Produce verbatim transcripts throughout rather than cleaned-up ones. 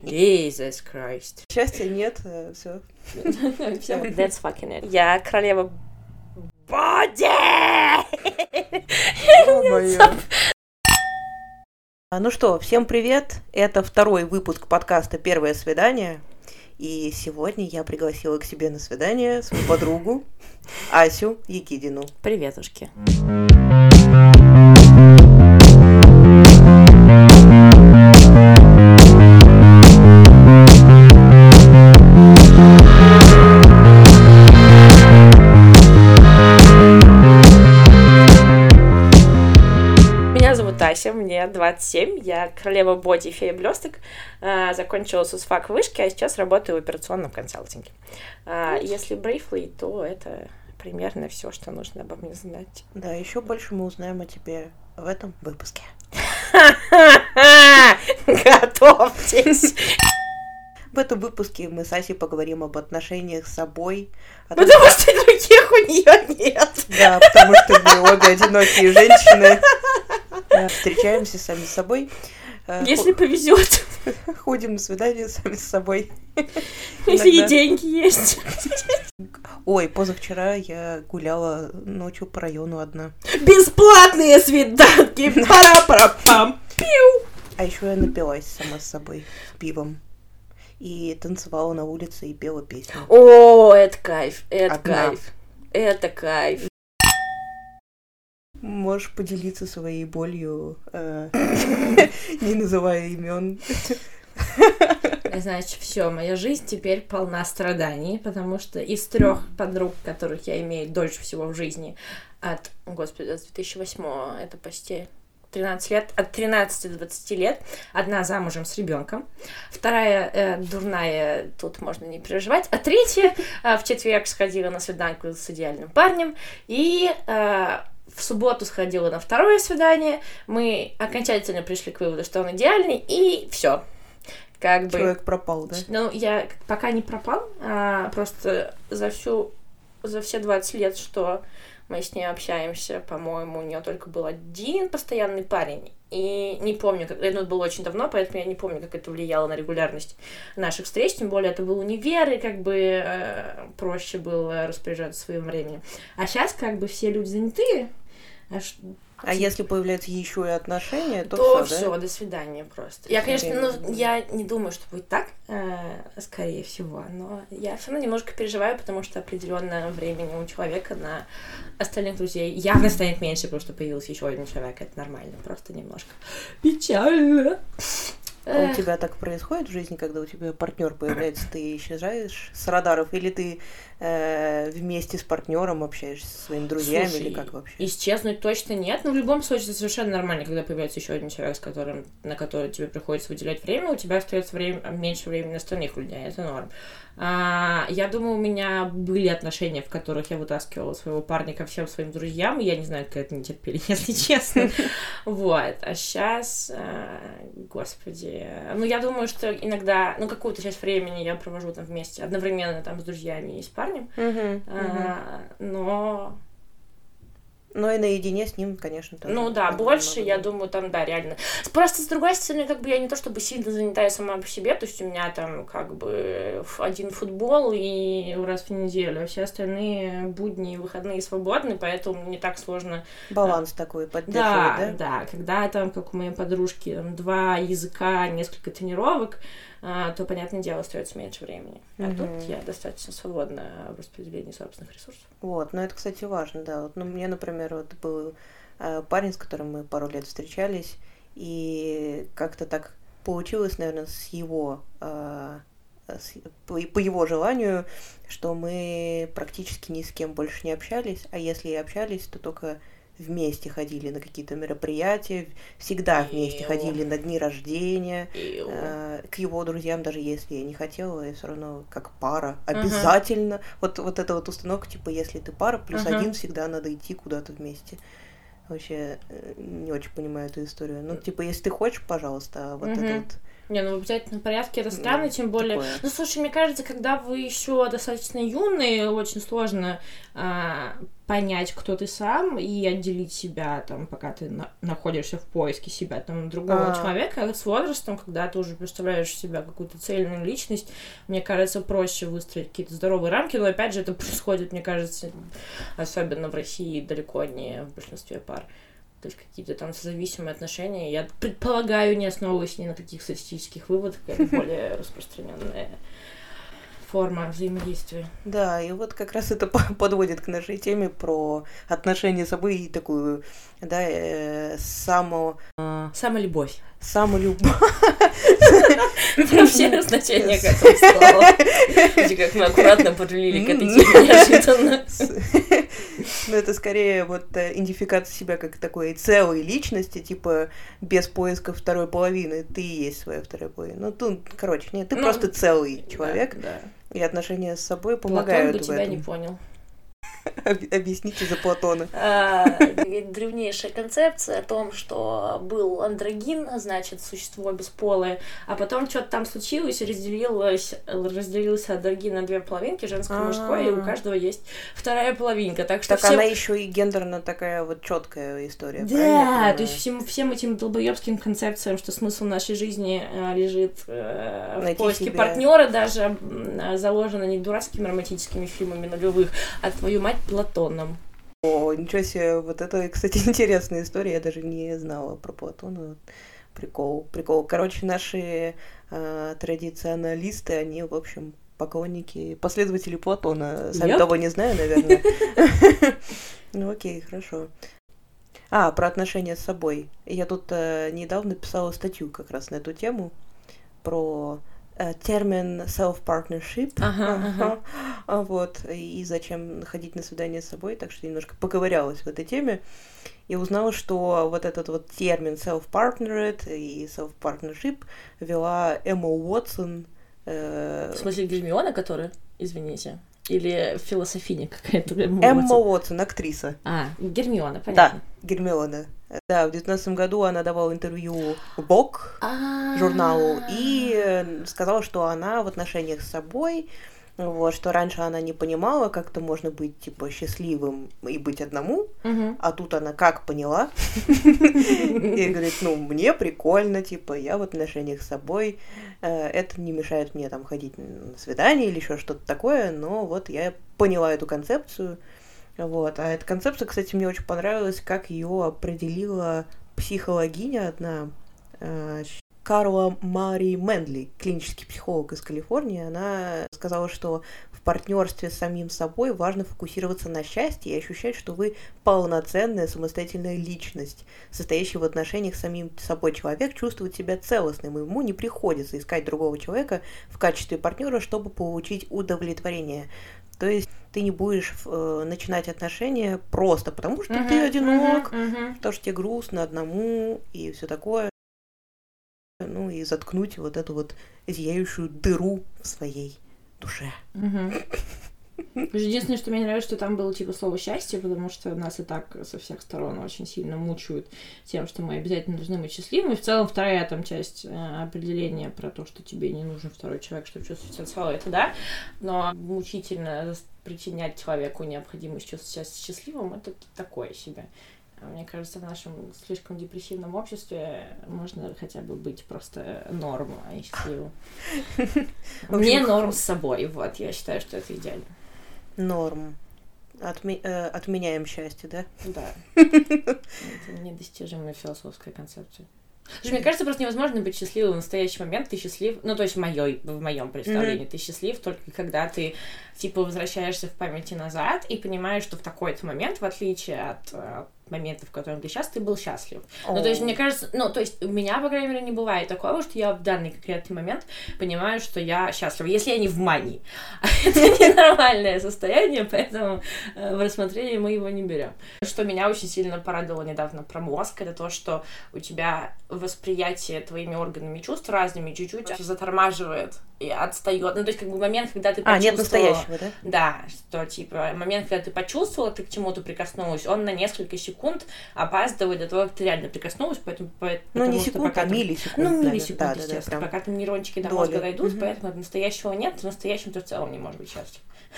Jesus Christ. Счастья нет, все. That's fucking it. Я королева боди! Ну что, всем привет. Это второй выпуск подкаста «Первое свидание». И сегодня я пригласила к себе на свидание свою подругу Асю Якидину. Приветушки. Ася, мне двадцать семь, я королева боди и фея блесток, а, закончила СУСФАК в вышке, а сейчас работаю в операционном консалтинге. А, если briefly, то это примерно все, что нужно обо мне знать. Да, еще больше мы узнаем о тебе в этом выпуске. Готовьтесь! В этом выпуске мы с Асей поговорим об отношениях с собой. Потому том, что других у нее нет. Да, потому что мы обе одинокие женщины. Встречаемся сами с собой. Если повезет. Ходим на свидание сами с собой. Если и деньги есть. Ой, позавчера я гуляла ночью по району одна. Бесплатные свиданки! Пара-пара-пам! Пиу! А еще я напилась сама с собой пивом. И танцевала на улице и пела песню. О, это кайф, это Одна. кайф, это кайф. Можешь поделиться своей болью, не называя имен. Значит, все, моя жизнь теперь полна страданий, потому что из трех подруг, которых я имею дольше всего в жизни, от, господи, с две тысячи восьмого, это почти тринадцать лет, от тринадцати до двадцати лет, одна замужем с ребенком, вторая э, дурная, тут можно не переживать, а третья э, в четверг сходила на свиданку с идеальным парнем, и э, в субботу сходила на второе свидание, мы окончательно пришли к выводу, что он идеальный, и все. Как бы... Человек пропал, да? Ну, я пока не пропал, а просто за всю, за все двадцать лет, что мы с ней общаемся, по-моему, у нее только был один постоянный парень. И не помню, как... это было очень давно, поэтому я не помню, как это влияло на регулярность наших встреч. Тем более, это был универ, и как бы э, проще было распоряжаться своим временем. А сейчас как бы все люди занятые. Аж... А если появляются еще и отношения, то, то все, все, да? до свидания просто. Я, конечно, ну, я не думаю, что будет так, э, скорее всего, но я все равно немножко переживаю, потому что определенное времени у человека на остальных друзей явно станет меньше, потому что появился еще один человек, это нормально, просто немножко печально. А у тебя так происходит в жизни, когда у тебя партнер появляется, ты исчезаешь с радаров, или ты э, вместе с партнером общаешься со своими друзьями, Слушай, или как вообще? Исчезнуть точно нет, но в любом случае это совершенно нормально, когда появляется еще один человек, с которым, на который тебе приходится выделять время, у тебя остается время, меньше времени на остальных людей, это норм. А, я думаю, у меня были отношения, в которых я вытаскивала своего парня ко всем своим друзьям, и я не знаю, как это не терпели, если честно. Вот, а сейчас, господи, ну я думаю, что иногда, ну какую-то часть времени я провожу там вместе, одновременно там с друзьями и с парнем, но... Ну и наедине с ним, конечно, тоже. Ну да, больше, я думаю, там, да, реально. Просто, с другой стороны, как бы я не то чтобы сильно занята сама по себе, то есть у меня там как бы один футбол и раз в неделю, а все остальные будни и выходные свободны, поэтому не так сложно... Баланс такой поддерживать, да? Да, да, когда там, как у моей подружки, там, два языка, несколько тренировок, то, понятное дело, остается меньше времени. А mm-hmm. тут я достаточно свободна в распределении собственных ресурсов. Вот, ну это, кстати, важно, да. Вот, ну, мне, например, вот был э, парень, с которым мы пару лет встречались, и как-то так получилось, наверное, с его, э, с, по, по его желанию, что мы практически ни с кем больше не общались, а если и общались, то только вместе ходили на какие-то мероприятия, всегда вместе Иу. ходили на дни рождения, э, к его друзьям, даже если я не хотела, я все равно как пара, обязательно. Uh-huh. Вот, вот эта вот установка, типа, если ты пара, плюс uh-huh. один, всегда надо идти куда-то вместе. Вообще не очень понимаю эту историю. Ну, типа, если ты хочешь, пожалуйста, а вот uh-huh. это вот Не, ну в обязательном порядке это странно, тем более... Такое. Ну, слушай, мне кажется, когда вы еще достаточно юные, очень сложно а, понять, кто ты сам, и отделить себя, там, пока ты на- находишься в поиске себя, там, другого А-а-а. человека. А с возрастом, когда ты уже представляешь себя какую-то цельную личность, мне кажется, проще выстроить какие-то здоровые рамки, но, опять же, это происходит, мне кажется, особенно в России, далеко не в большинстве пар. То есть какие-то там созависимые отношения, я предполагаю, не основываясь ни на каких статистических выводах, это более распространенная форма взаимодействия. Да, и вот как раз это подводит к нашей теме про отношения с собой и такую, да, э, само... Самолюбовь. Самолюбовь. Про все значения к этому слова. Как мы аккуратно подлили к этой теме неожиданно. Ну, это скорее вот идентификация себя как такой целой личности, типа без поиска второй половины. Ты и есть своя вторая половина. Ну, тут, короче, нет, ты ну, просто целый человек, да, да. И отношения с собой помогают Платон бы в тебя этом. не понял. Объясните за Платона. А, древнейшая концепция о том, что был андрогин, значит, существо бесполое, а потом что-то там случилось, разделилось, разделился андрогин на две половинки, женское и мужское, и у каждого есть вторая половинка. Так что так все... она еще и гендерно такая вот четкая история. Да, то есть всем, всем этим долбоебским концепциям, что смысл нашей жизни э, лежит э, в Найти поиске себя. партнера, даже э, заложено не дурацкими романтическими фильмами нулевых, а твою мать Платоном. О, ничего себе, вот это, кстати, интересная история, я даже не знала про Платона. Прикол, прикол. Короче, наши э, традиционалисты, они, в общем, поклонники, последователи Платона. Сами yep. того не знаю, наверное. Ну окей, хорошо. А, про отношения с собой. Я тут недавно писала статью как раз на эту тему, про... термин self-partnership, ага, ага. вот, и зачем ходить на свидание с собой, так что немножко поковырялась в этой теме, и узнала, что вот этот вот термин self-partnered и self-partnership вела Эмма Уотсон. Э... В смысле Гермиона, которая, извините, или философиня какая-то? Эмма, Эмма Уотсон, актриса. А, Гермиона, понятно. Да, Гермиона. Да, в девятнадцатом году она давала интервью Vogue журналу и сказала, что она в отношениях с собой, вот, что раньше она не понимала, как-то можно быть, типа, счастливым и быть одному, uh-huh. а тут она как поняла, и говорит, ну, мне прикольно, типа, я в отношениях с собой, это не мешает мне, там, ходить на свидание или еще что-то такое, но вот я поняла эту концепцию. Вот. А эта концепция, кстати, мне очень понравилась, как ее определила психологиня одна, э, Карла Мари Мендли, клинический психолог из Калифорнии. Она сказала, что в партнерстве с самим собой важно фокусироваться на счастье и ощущать, что вы полноценная самостоятельная личность, состоящая в отношениях с самим собой. Человек чувствует себя целостным, и ему не приходится искать другого человека в качестве партнера, чтобы получить удовлетворение. То есть ты не будешь э, начинать отношения просто потому, что uh-huh, ты одинок, uh-huh, uh-huh. потому что тебе грустно одному и все такое. Ну и заткнуть вот эту вот зияющую дыру в своей душе. Uh-huh. Единственное, что мне нравится, что там было типа слово «счастье», потому что нас и так со всех сторон очень сильно мучают тем, что мы обязательно должны быть счастливыми. И в целом вторая там часть э, определения про то, что тебе не нужен второй человек, чтобы чувствовать себя целой, это да, но мучительно причинять человеку необходимость чувствовать себя счастливым, это такое себе. Мне кажется, в нашем слишком депрессивном обществе можно хотя бы быть просто нормой, а не счастливым. Мне норм с собой, вот, я считаю, что это идеально. Норм. Отме- э, отменяем счастье, да? Да. Это недостижимая философская концепция. Слушай, мне кажется, просто невозможно быть счастливым в настоящий момент. Ты счастлив, ну, то есть в, моей, в моем представлении, mm-hmm. ты счастлив только когда ты, типа, возвращаешься в памяти назад и понимаешь, что в такой-то момент, в отличие от, от моментов, в которых ты сейчас, ты был счастлив. Oh. Ну, то есть, мне кажется, ну, то есть, у меня, по крайней мере, не бывает такого, что я в данный конкретный момент понимаю, что я счастлива, если я не в мании. Это ненормальное состояние, поэтому в рассмотрение мы его не берем. Что меня очень сильно порадовало недавно про мозг, это то, что у тебя восприятие твоими органами чувств разными чуть-чуть затормаживает и отстает. Ну, то есть, как бы момент, когда ты почувствовала... А, нет настоящего, да? Да, что, типа, момент, когда ты почувствовала, ты к чему-то прикоснулась, он на несколько секунд опаздывает до того, как ты реально прикоснулась, поэтому... Ну, не секунд, а миллисекунд. Ну, миллисекунд, да, естественно. Да, да, пока там нейрончики до доли. Мозга дойдут, угу. Поэтому настоящего нет, в настоящем то в целом не может быть счастья.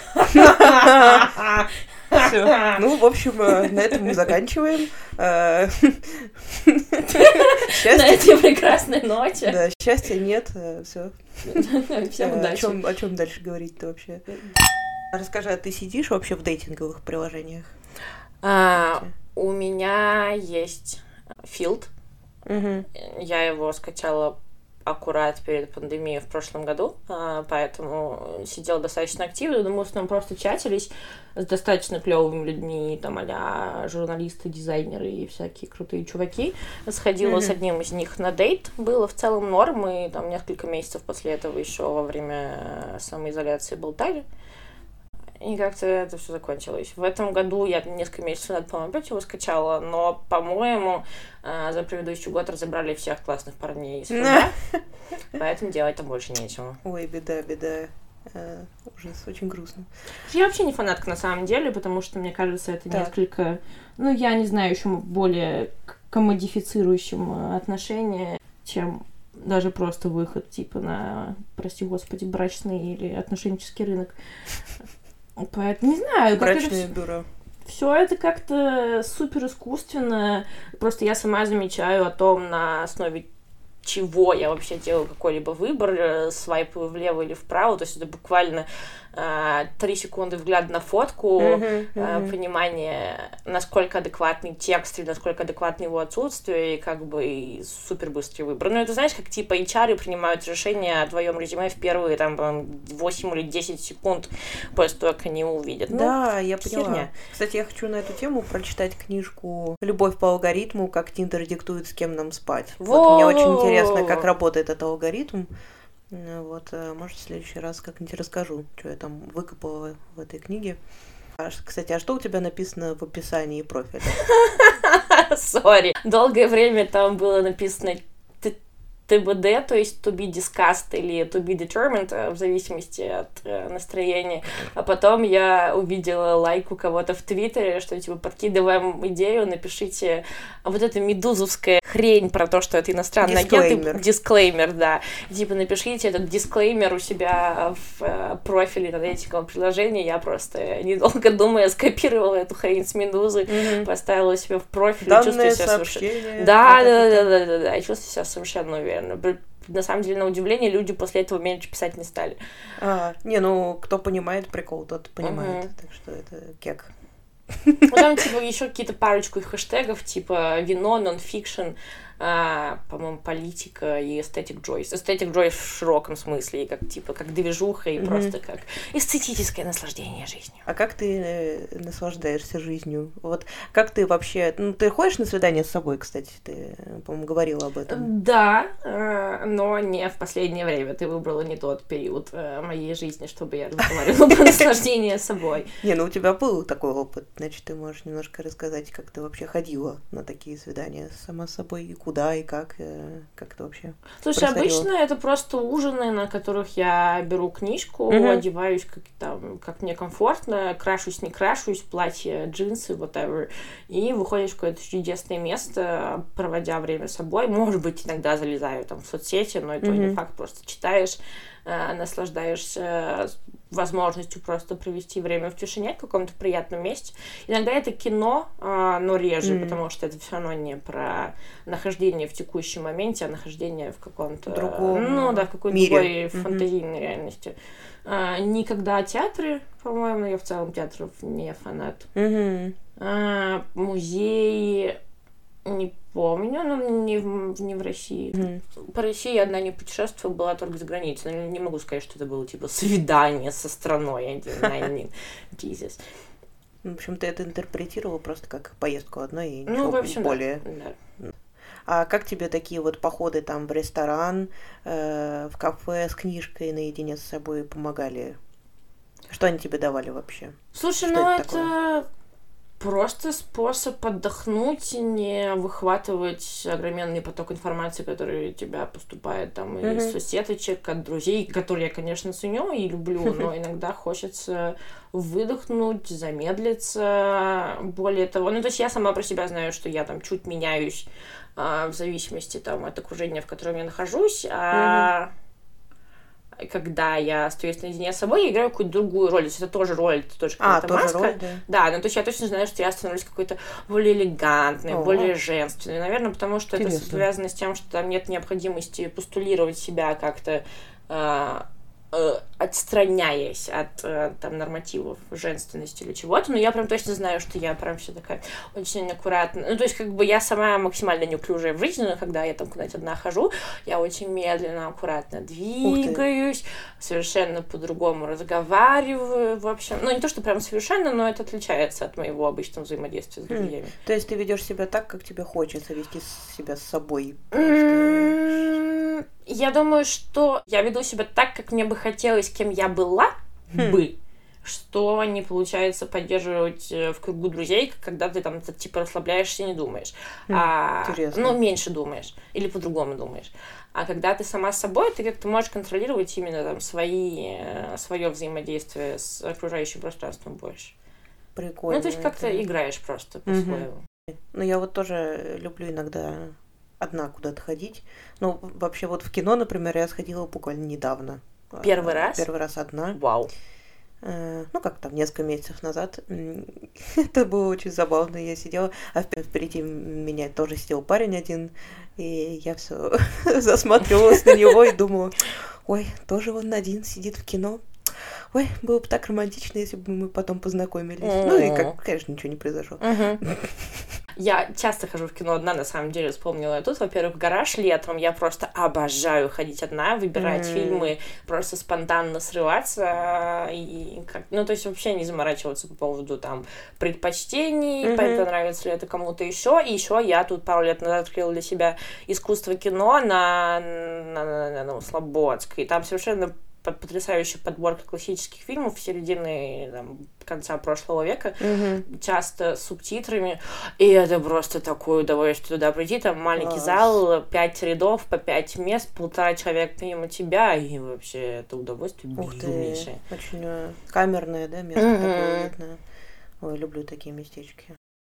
Все. Ну, в общем, на этом мы заканчиваем. На этой прекрасной ноте. Да, счастья нет, все. Всем удачи. О чем дальше говорить-то вообще? Расскажи, а ты сидишь вообще в дейтинговых приложениях? У меня есть Field. Я его скачала аккурат перед пандемией в прошлом году, поэтому сидела достаточно активно. Думаю, что мы просто чатились с достаточно клевыми людьми, там, а-ля журналисты, дизайнеры и всякие крутые чуваки. Сходила mm-hmm. с одним из них на дейт. Было в целом норм, и там несколько месяцев после этого еще во время самоизоляции болтали. И как-то это все закончилось. В этом году я несколько месяцев назад, по-моему, опять его скачала, но, по-моему, за предыдущий год разобрали всех классных парней из фонда, поэтому делать там больше нечего. Ой, беда, беда. А, ужас, очень грустно. Я вообще не фанатка на самом деле, потому что, мне кажется, это так. несколько, ну, я не знаю, еще более комодифицирующим отношения, чем даже просто выход, типа, на, прости господи, брачный или отношенческий рынок. Поэтому не знаю, как Брачное это... бюро. Все это как-то супер искусственно. Просто я сама замечаю о том, на основе чего я вообще делаю какой-либо выбор, свайпаю влево или вправо. То есть это буквально три секунды взгляда на фотку, uh-huh, uh-huh. понимание, насколько адекватный текст или насколько адекватно его отсутствие, и как бы и супер быстрый выбор. Ну, это знаешь, как типа эйч ар принимают решение о твоем резюме в первые там восемь или десять секунд после того, как они его увидят. Да, ну, я поняла. Херня. Кстати, я хочу на эту тему прочитать книжку «Любовь по алгоритму. Как Тиндер диктует, с кем нам спать». Вот мне очень интересно, как работает этот алгоритм. Вот, может, в следующий раз как-нибудь расскажу, что я там выкопала в этой книге. А, кстати, а что у тебя написано в описании профиля? Сори. Долгое время там было написано ти би ди, то есть to be discussed или to be determined, в зависимости от э, настроения. А потом я увидела лайк у кого-то в Твиттере, что типа подкидываем идею, напишите вот эта медузовская хрень про то, что это иностранный агент. Дисклеймер, да. Типа напишите этот дисклеймер у себя в э, профиле на дейтинговом приложении. Я просто, недолго думая, скопировала эту хрень с медузы, mm-hmm. поставила себе в профиль. Данное и чувствую себя совершенно... Да, да, да, да, да, да, и чувствую себя совершенно уверенно. На самом деле, на удивление, люди после этого меньше писать не стали. А, не, ну, кто понимает прикол, тот понимает. Uh-huh. Так что это кек. Ну, там, типа, еще какие-то парочку хэштегов, типа вино, нон-фикшн, а, по-моему, политика и aesthetic joy. Aesthetic joy в широком смысле, и как, типа, как движуха, и mm-hmm. просто как эстетическое наслаждение жизнью. А как ты э, наслаждаешься жизнью? Вот как ты вообще... Ну, ты ходишь на свидание с собой, кстати? Ты, по-моему, говорила об этом. Да, э, но не в последнее время. Ты выбрала не тот период э, моей жизни, чтобы я разговаривала про наслаждение собой. Не, ну у тебя был такой опыт. Значит, ты можешь немножко рассказать, как ты вообще ходила на такие свидания сама с собой, и куда, и как, как это вообще Слушай, обычно это просто ужины, на которых я беру книжку, mm-hmm. одеваюсь как, там, как мне комфортно, крашусь, не крашусь, платье, джинсы, whatever, и выходишь в какое-то чудесное место, проводя время с собой. Может быть, иногда залезаю там в соцсети, но это mm-hmm. не факт, просто читаешь, наслаждаешься возможностью просто провести время в тишине в каком-то приятном месте. Иногда это кино, но реже, mm. потому что это все равно не про нахождение в текущем моменте, а нахождение в каком-то другом ну да, в какой-то мире. другой mm-hmm. фантазийной реальности. Никогда театры, по-моему, я в целом театров не фанат. Mm-hmm. Музеи не помню, но не в, не в России. Mm-hmm. По России я одна не путешествовала, была только за границей. Но не могу сказать, что это было типа свидание со страной. Jesus. В общем, ты это интерпретировала просто как поездку одной и ничего ну, в общем, более. Да. А как тебе такие вот походы там в ресторан, э, в кафе с книжкой наедине с собой помогали? Что они тебе давали вообще? Слушай, что ну это, это Просто способ отдохнуть, не выхватывать огроменный поток информации, который у тебя поступает там mm-hmm. из соседочек, от друзей, которые я, конечно, ценю и люблю, но иногда хочется выдохнуть, замедлиться. Более того, ну, то есть я сама про себя знаю, что я там чуть меняюсь а, в зависимости там от окружения, в котором я нахожусь, а... Mm-hmm. Когда я остаюсь наедине с собой, я играю какую-то другую роль. То есть это тоже роль, это тоже какая-то а, тоже маска. Роль, да. Да, ну то есть я точно знаю, что я становлюсь какой-то более элегантной, О. более женственной. Наверное, потому что Интересно. Это связано с тем, что там нет необходимости постулировать себя как-то э, э, отстраняясь от э, там нормативов женственности или чего-то. Но я прям точно знаю, что я прям вся такая очень аккуратная. Ну, то есть, как бы я сама максимально неуклюжая в жизни, но когда я там куда-нибудь одна хожу, я очень медленно, аккуратно двигаюсь, совершенно по-другому разговариваю, в общем. Ну, не то, что прям совершенно, но это отличается от моего обычного взаимодействия с друзьями. Mm. То есть ты ведешь себя так, как тебе хочется вести себя с собой? Mm-hmm. Я думаю, что я веду себя так, как мне бы хотелось, кем я была mm. бы, что не получается поддерживать в кругу друзей, когда ты там типа расслабляешься и не думаешь. Mm. А, ну, меньше думаешь или по-другому думаешь. А когда ты сама с собой, ты как-то можешь контролировать именно там свои, свое взаимодействие с окружающим пространством больше. Прикольно. Ну, то есть как-то это... играешь просто по-своему. Mm-hmm. Ну, я вот тоже люблю иногда одна куда-то ходить. Ну, вообще вот в кино, например, я сходила буквально недавно. Первый раз? Первый раз одна. Вау. Ну, как там, несколько месяцев назад. Это было очень забавно. Я сидела, а впереди меня тоже сидел парень один, и я все засматривалась на него и думала, ой, тоже он один сидит в кино. Ой, было бы так романтично, если бы мы потом познакомились. Mm-hmm. Ну и, как, конечно, ничего не произошло. Mm-hmm. Я часто хожу в кино одна, на самом деле, вспомнила я тут. Во-первых, гараж летом. Я просто обожаю ходить одна, выбирать mm-hmm. фильмы, просто спонтанно срываться. И как... Ну, то есть вообще не заморачиваться по поводу там предпочтений, mm-hmm. понравится ли это кому-то еще. И еще я тут пару лет назад открыла для себя искусство кино на, на, на, на, на Слободской. И там совершенно потрясающая подборка классических фильмов середины там, конца прошлого века, mm-hmm. часто с субтитрами, и это просто такое удовольствие туда прийти, там маленький wow. зал, пять рядов, по пять мест, полтора человека мимо тебя, и вообще это удовольствие безумнейшее. Очень камерное, да, место mm-hmm. такое. Ой, люблю такие местечки.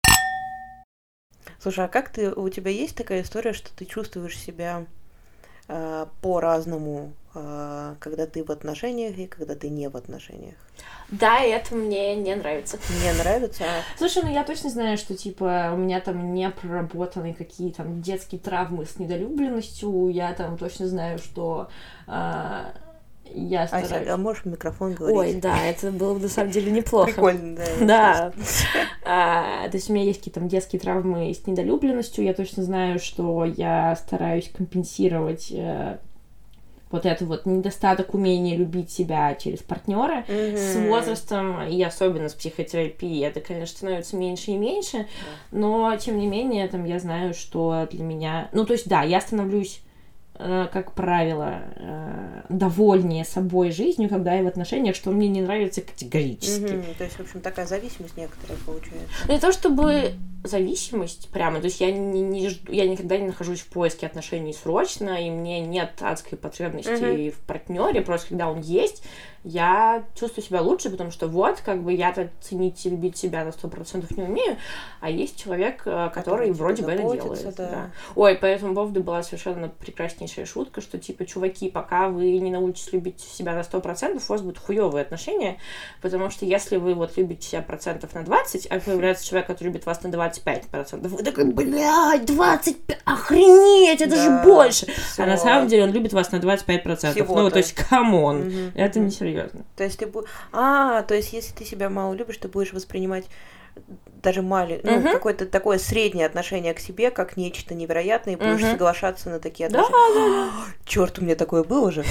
Слушай, а как ты, у тебя есть такая история, что ты чувствуешь себя э, по-разному, когда ты в отношениях и когда ты не в отношениях? Да, и это мне не нравится. Не нравится? Слушай, ну я точно знаю, что, типа, у меня там не проработаны какие там детские травмы с недолюбленностью, я там точно знаю, что а, я стараюсь... Ася, а можешь в микрофон говорить? Ой, да, это было бы на самом деле неплохо. Прикольно, да. Да. А, то есть у меня есть какие-то там детские травмы с недолюбленностью, я точно знаю, что я стараюсь компенсировать вот это вот недостаток умения любить себя через партнера. Mm-hmm. С возрастом, и особенно с психотерапией, это, конечно, становится меньше и меньше, yeah. но, тем не менее, там, я знаю, что для меня... Ну, то есть, да, я становлюсь, э, как правило, э, довольнее собой жизнью, когда я в отношениях, что мне не нравится категорически. Mm-hmm. То есть, в общем, такая зависимость некоторая получается. Ну, не то, чтобы... зависимость прямо, то есть я, не, не жду, я никогда не нахожусь в поиске отношений срочно, и мне нет адской потребности uh-huh. в партнере, просто когда он есть, я чувствую себя лучше, потому что вот, как бы я-то ценить и любить себя на сто процентов не умею, а есть человек, который, который вроде бы это делает. Да. Да. Ой, по этому поводу была совершенно прекраснейшая шутка, что типа, чуваки, пока вы не научитесь любить себя на сто процентов, у вас будут хуёвые отношения, потому что если вы вот любите себя процентов на двадцать, а появляется человек, который любит вас на двадцать пять процентов, вы такой, блядь, двадцать пять, охренеть, это да, же больше. Всё. А на самом деле он любит вас на двадцать пять процентов. Всего-то. Ну, то есть, камон, угу, это угу. несерьезно. То есть ты будешь... А, то есть если ты себя мало любишь, ты будешь воспринимать даже маленькое, ну, uh-huh. какое-то такое среднее отношение к себе, как нечто невероятное, и будешь uh-huh. соглашаться на такие отношения. Да, да. Чёрт, у меня такое было же.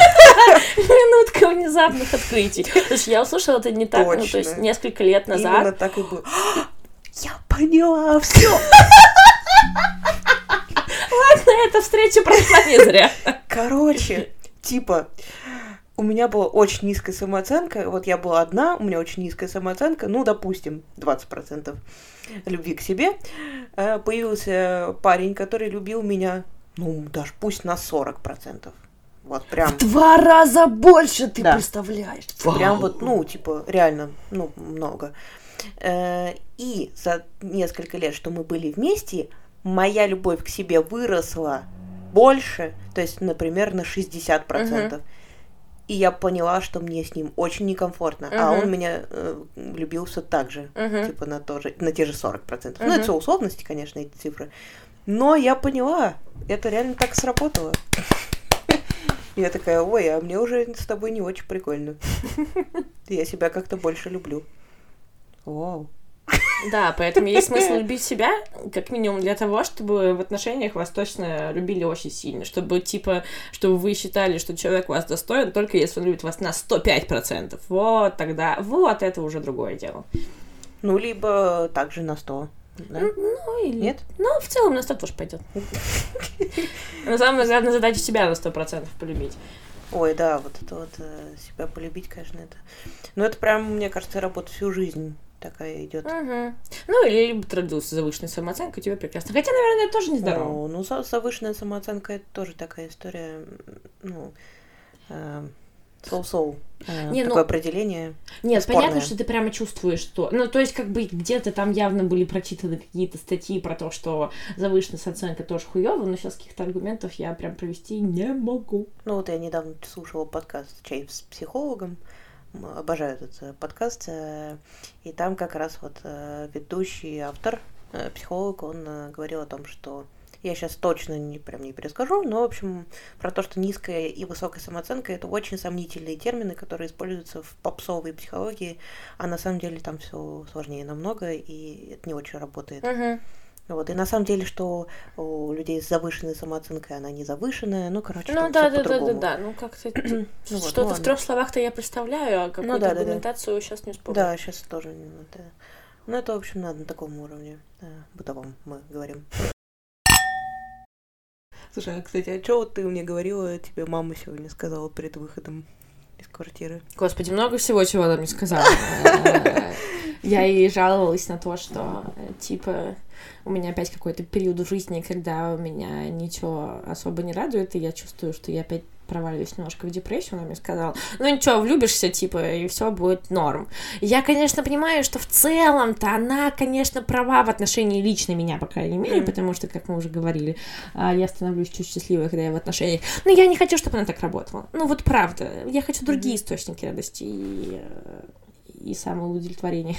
Минутка внезапных открытий. Слушай, я услышала это не так, ну, то есть несколько лет назад. Именно так и было. Я поняла все. Ладно, эта встреча прошла не зря. Короче, типа... у меня была очень низкая самооценка. Вот я была одна, у меня очень низкая самооценка, ну, допустим, двадцать процентов любви к себе. Появился парень, который любил меня, ну, даже пусть на сорок процентов. Вот прям... В два раза больше, ты да. представляешь. Прям вот, ну, типа, реально, ну, много. И за несколько лет, что мы были вместе, моя любовь к себе выросла больше, то есть, например, на шестьдесят процентов. Uh-huh. И я поняла, что мне с ним очень некомфортно. Uh-huh. А он меня э, любил все так же, uh-huh. типа на, то же, на те же сорок процентов. Uh-huh. Ну, это все условности, конечно, эти цифры. Но я поняла, это реально так сработало. Я такая, ой, а мне уже с тобой не очень прикольно. Я себя как-то больше люблю. Вау. Да, поэтому есть смысл любить себя, как минимум для того, чтобы в отношениях вас точно любили очень сильно. Чтобы, типа, чтобы вы считали, что человек вас достоин, только если он любит вас на сто пять процентов. Вот тогда, вот это уже другое дело. Ну, либо также на сто. Да? Ну, или... Нет? Ну, в целом на сто тоже пойдет. Но самая главная задача себя на сто процентов полюбить. Ой, да, вот это вот себя полюбить, конечно, это... Ну, это прям, мне кажется, работа всю жизнь такая идет. Угу. Ну, или либо ты родился с завышенной самооценкой, тебе прекрасно. Хотя, наверное, это тоже нездорово. О, ну, завышенная самооценка, это тоже такая история, ну... Э- Соу-соу. Э, не, такое ну, определение. Нет, спорное. Понятно, что ты прямо чувствуешь, что... Ну, то есть, как бы, где-то там явно были прочитаны какие-то статьи про то, что завышенная самооценка тоже хуёво, но сейчас каких-то аргументов я прям провести не могу. Ну, вот я недавно слушала подкаст «Чай с психологом». Обожаю этот подкаст. И там как раз вот ведущий автор, психолог, он говорил о том, что... Я сейчас точно не, прям не перескажу, но, в общем, про то, что низкая и высокая самооценка – это очень сомнительные термины, которые используются в попсовой психологии, а на самом деле там все сложнее намного, и это не очень работает. Uh-huh. Вот. И на самом деле, что у людей с завышенной самооценкой она не завышенная, ну, короче, ну, там да, всё да, по-другому. да, да, да, ну, как-то что-то в трех словах-то я представляю, а какую-то аргументацию сейчас не вспомню. Да, сейчас тоже не надо. Ну, это, в общем, надо на таком уровне бытовом мы говорим. Слушай, а, кстати, а что вот ты мне говорила, тебе мама сегодня сказала перед выходом из квартиры? Господи, много всего, чего она мне сказала. Я ей жаловалась на то, что, типа, у меня опять какой-то период в жизни, когда у меня ничего особо не радует, и я чувствую, что я опять проваливаюсь немножко в депрессию. Она мне сказала, ну ничего, влюбишься, типа, и все будет норм. Я, конечно, понимаю, что в целом-то она, конечно, права в отношении лично меня, по крайней мере, mm. потому что, как мы уже говорили, я становлюсь чуть счастливой, когда я в отношениях. Но я не хочу, чтобы она так работала. Ну вот правда, я хочу другие mm-hmm. источники радости и... и самоудовлетворение.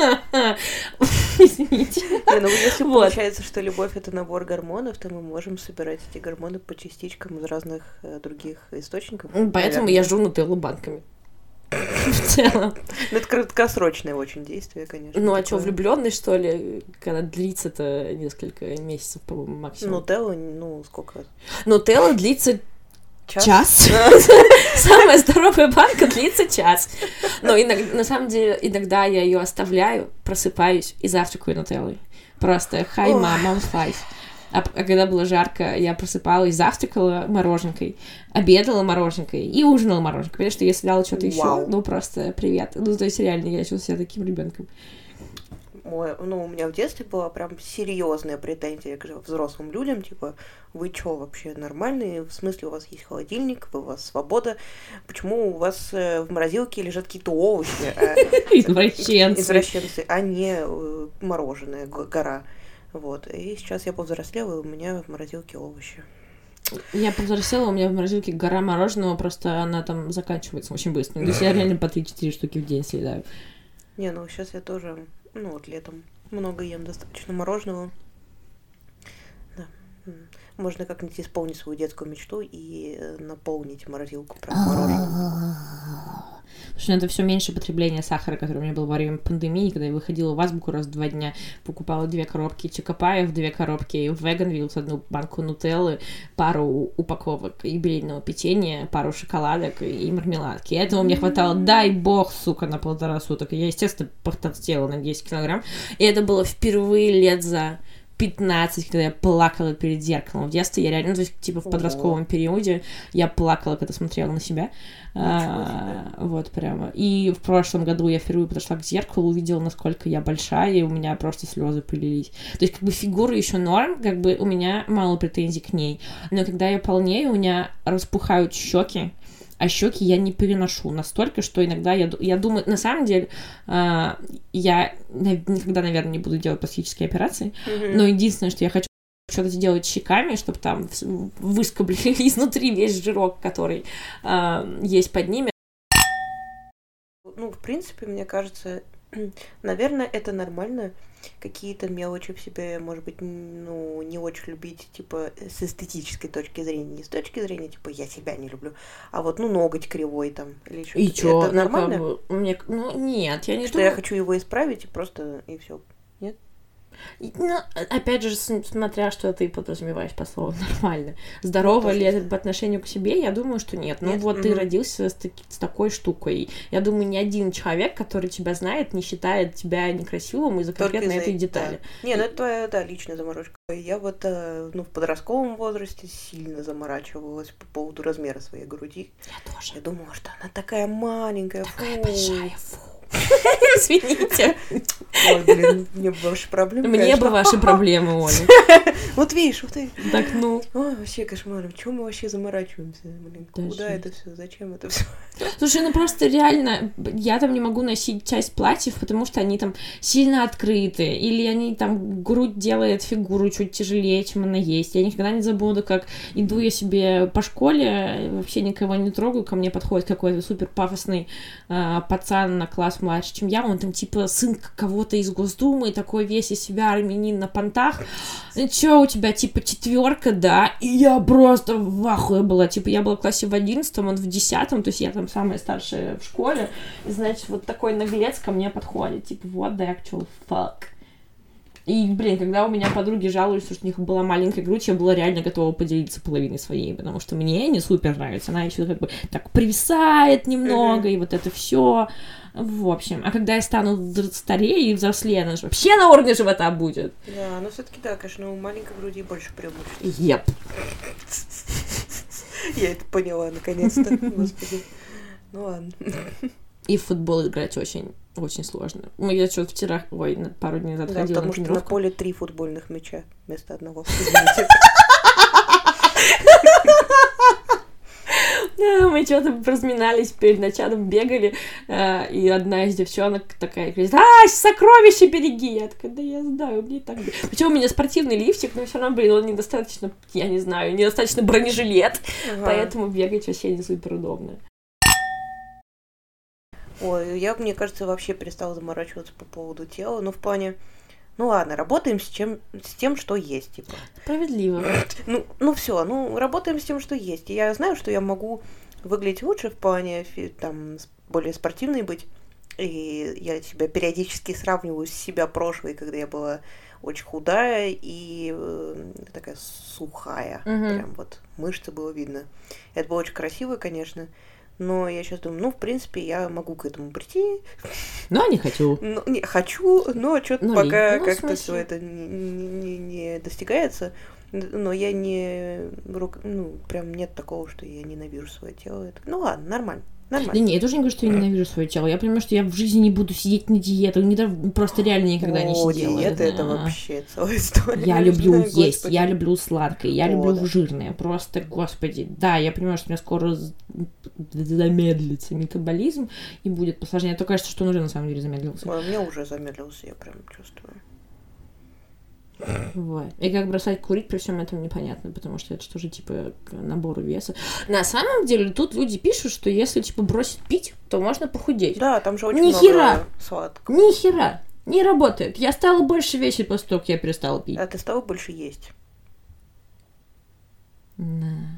Извините. Не, ну если вот. Получается, что любовь — это набор гормонов, то мы можем собирать эти гормоны по частичкам из разных э, других источников. Поэтому наверное. Я жру нутеллу банками. В целом. Ну, это краткосрочное очень действие, конечно. Ну, а что, влюблённый, что ли? Когда длится-то несколько месяцев, по-моему, максимум. Нутелла, ну, сколько? Нутелла длится... Час? Час. Самая здоровая банка длится час. Но иногда, на самом деле, иногда я ее оставляю, просыпаюсь и завтракаю нутеллой. Просто hi, mom, mom's life. А, а когда было жарко, я просыпалась, завтракала мороженкой, обедала мороженкой и ужинала мороженкой. Потому что я съедала что-то еще. Ну, просто привет. Ну, то есть, реально, я чувствую себя таким ребенком. Ой, ну, у меня в детстве была прям серьезная претензия к взрослым людям, типа, вы чё, вообще нормальные? В смысле, у вас есть холодильник, у вас свобода, почему у вас в морозилке лежат какие-то овощи? Извращенцы. Извращенцы, а не мороженое, гора. Вот, и сейчас я повзрослела, и у меня в морозилке овощи. Я повзрослела, у меня в морозилке гора мороженого, просто она там заканчивается очень быстро. То есть я реально по три-четыре штуки в день съедаю. Не, ну сейчас я тоже... Ну, вот летом много ем достаточно мороженого. Да. Можно как-нибудь исполнить свою детскую мечту и наполнить морозилку прям мороженым. Потому что это все меньше потребления сахара, которое у меня было во время пандемии, когда я выходила в Азбуку раз в два дня, покупала две коробки Чокопаев, две коробки Веганвиллс, одну банку нутеллы, пару упаковок юбилейного печенья, пару шоколадок и мармеладки. И этого мне хватало, дай бог, сука, на полтора суток. И я, естественно, потолстела на десять килограмм. И это было впервые лет за пятнадцать, когда я плакала перед зеркалом. В детстве я реально, ну, то есть, типа, в подростковом периоде я плакала, когда смотрела на себя. А, вот, прямо. И в прошлом году я впервые подошла к зеркалу, увидела, насколько я большая, и у меня просто слезы полились. То есть, как бы, фигура еще норм, как бы, у меня мало претензий к ней. Но когда я полнею, у меня распухают щеки, а щеки я не переношу настолько, что иногда я, я думаю, на самом деле, э, я никогда, наверное, не буду делать пластические операции, mm-hmm. но единственное, что я хочу что-то сделать щеками, чтобы там выскоблили изнутри весь жирок, который э, есть под ними. Ну, в принципе, мне кажется, наверное, это нормально. Какие-то мелочи в себе, может быть, ну, не очень любить, типа, с эстетической точки зрения. Не с точки зрения, типа, я себя не люблю, а вот, ну, ноготь кривой там, или что-то. И чё? Это нормально? Ну, как бы, мне... ну, нет, я не что думаю... я хочу его исправить, и просто, и все. Нет? Ну, опять же, смотря, что ты подразумеваешь по слову нормально. Здорово ли это по отношению к себе? Я думаю, что нет. Ну, нет? Вот угу. ты родился с, таки, с такой штукой. Я думаю, ни один человек, который тебя знает, не считает тебя некрасивым из-за конкретно из-за этой детали. Да. Не, ну это твоя, да, личная заморочка. Я вот, ну, в подростковом возрасте сильно заморачивалась по поводу размера своей груди. Я тоже. Я думала, что она такая маленькая. Такая фу. большая, фу. Извините. Ой, блин, мне бы ваши проблемы. Мне конечно. бы ваши проблемы, Оля. Вот видишь, вот ты. Так, ну. Ой, вообще кошмар. Чего мы вообще заморачиваемся? Блин, да куда жизнь. Это все? Зачем это все? Слушай, ну просто реально, я там не могу носить часть платьев, потому что они там сильно открыты, или они там, грудь делает фигуру чуть тяжелее, чем она есть. Я никогда не забуду, как иду я себе по школе, вообще никого не трогаю, ко мне подходит какой-то супер пафосный э, пацан на класс младше, чем я, он там типа сын кого-то из Госдумы, такой весь из себя армянин на понтах. Ну чё, у тебя типа четверка, да? И я просто в ахуе была, типа я была в классе в одиннадцатом, он в десятом, то есть я там самая старшая в школе, и, значит, вот такой наглец ко мне подходит, типа, what the actual fuck. И, блин, когда у меня подруги жалуются, что у них была маленькая грудь, я была реально готова поделиться половиной своей, потому что мне не супер нравится, она еще как бы так привисает немного, mm-hmm. и вот это все. В общем, а когда я стану старее и взрослее, она же вообще на уровне живота будет. Да, но все-таки да, конечно, у маленькой груди больше преимуществ. Еп. Я это поняла, наконец-то, господи. Ну ладно. И в футбол играть очень, очень сложно. Я что-то вчера, ой, пару дней назад да, ходила потому на тренировку. Что на поле три футбольных мяча вместо одного. Извините. Мы что-то разминались перед началом, бегали, и одна из девчонок такая говорит: а, сокровище береги! Я такая: да я знаю, мне так... Причем у меня спортивный лифчик, но все равно, блин, он недостаточно, я не знаю, недостаточно бронежилет, ага. поэтому бегать вообще не супер удобно. Ой, я, мне кажется, вообще перестала заморачиваться по поводу тела, но в плане, ну ладно, работаем с, чем, с тем, что есть, типа. Справедливо. Ну, ну все, ну работаем с тем, что есть. И я знаю, что я могу выглядеть лучше в плане, там, более спортивной быть, и я себя периодически сравниваю с себя прошлой, когда я была очень худая и э, такая сухая, mm-hmm. прям вот мышцы было видно. Это было очень красиво, конечно. Но я сейчас думаю, ну, в принципе, я могу к этому прийти. Но не хочу. Ну, не, хочу, но что-то ну, пока ну, как-то все это не, не, не достигается. Но я не... Ну, прям нет такого, что я ненавижу свое тело. Это, ну, ладно, нормально. Нормально. Да не, я тоже не говорю, что я ненавижу свое тело. Я понимаю, что я в жизни не буду сидеть на диетах. Не, просто реально никогда О, не сидела. Диета это вообще целая история. Я люблю знаю, есть, господи. Я люблю сладкое, я О, люблю да. жирное. Просто, господи. Да, я понимаю, что у меня скоро замедлится метаболизм и будет посложнее. То кажется, что он уже на самом деле замедлился. Ой, у меня уже замедлился, я прям чувствую. Вот. И как бросать курить при всем этом непонятно, потому что это что же типа к набору веса. На самом деле тут люди пишут, что если типа бросить пить, то можно похудеть. Да, там же очень Ни много хера. сладкого. Ни хера. Не работает. Я стала больше весить после того, как я перестала пить. А ты стала больше есть? Да.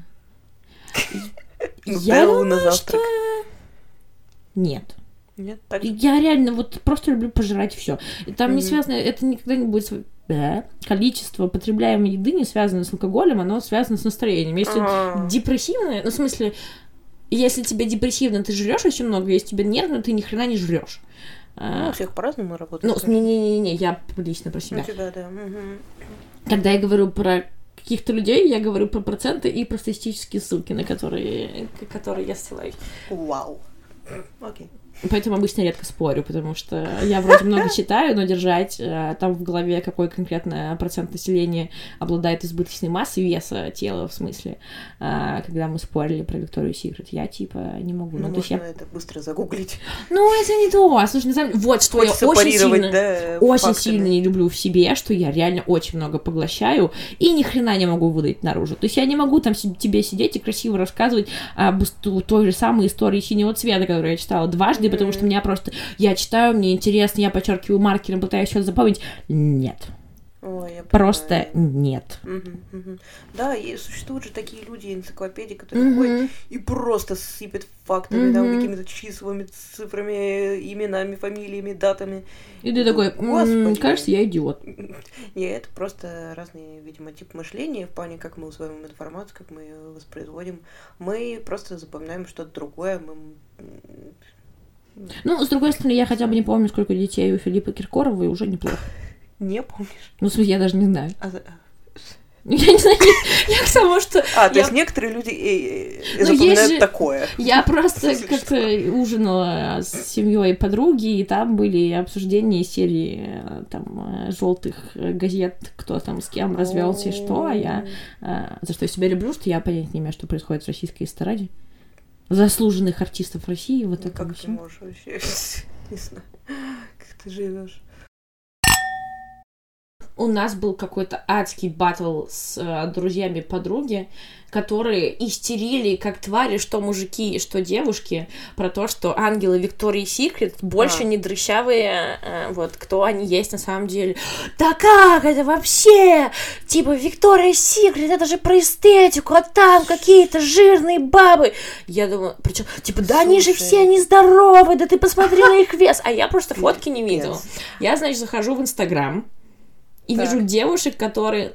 Я думаю, что... Нет. Нет, так я реально вот просто люблю пожрать все. И там mm-hmm. не связано, это никогда не будет да, количество потребляемой еды не связано с алкоголем, оно связано с настроением. Если uh-huh. депрессивное, ну в смысле, если тебе депрессивно, ты жрешь очень много, если тебе нервно, ты ни хрена не жрешь. Ну, у всех по-разному работает. Ну, не-не-не, я лично про себя. У тебя, да. Угу. когда я говорю про каких-то людей, я говорю про проценты и про статистические ссылки, на которые, которые я ссылаюсь. Вау. Окей. Поэтому обычно редко спорю, потому что я вроде много читаю, но держать э, там в голове, какой конкретно процент населения обладает избыточной массой веса тела, в смысле, э, когда мы спорили про Викторию Секрет, я типа не могу. Ну, ну, можно я... это быстро загуглить. Ну, это не то. Слушай, на самом деле, вот что Хочется я очень сильно, да, очень фактами. сильно не люблю в себе, что я реально очень много поглощаю и ни хрена не могу выдать наружу. То есть я не могу там тебе сидеть и красиво рассказывать об той же самой истории синего цвета, которую я читала дважды, mm-hmm. потому что меня просто... Я читаю, мне интересно, я подчеркиваю маркером, пытаюсь что-то запомнить. Нет. Ой, я Просто нет. Угу, угу. Да, и существуют же такие люди, энциклопедии, которые угу. ходят и просто сыпят фактами, угу. там, какими-то числами, цифрами, именами, фамилиями, датами. И ты такой, м-м, кажется, я идиот. Не, это просто разные, видимо, типы мышления в плане, как мы усваиваем информацию, как мы ее воспроизводим. Мы просто запоминаем что-то другое. Мы... Ну, с другой стороны, я хотя бы не помню, сколько детей у Филиппа Киркорова, и уже неплохо. Не помнишь? Ну, в смысле, я даже не знаю. А... Я не знаю, я к тому, что... А, то я... есть некоторые люди э, э, ну, запоминают же... такое. Я просто как-то ужинала с семьей подруги, и там были обсуждения серии там желтых газет, кто там с кем развелся и что, а я... За что я себя люблю, что я понятия не имею, что происходит в российской эстраде. Заслуженных артистов России, вот ну, это как все. ты можешь вообще... Не знаю, как ты живешь. У нас был какой-то адский баттл с э, друзьями подруги, которые истерили как твари, что мужики, что девушки, про то, что ангелы Виктории Секрет больше а. не дрыщавые, э, вот, кто они есть на самом деле. Да как это вообще? Типа, Виктория Секрет, это же про эстетику, а там какие-то жирные бабы. Я думаю, причем, типа, да Слушай. Они же все нездоровые, да ты посмотри на их вес. А я просто фотки не видела. Я, значит, захожу в Инстаграм, и так. вижу девушек, которые,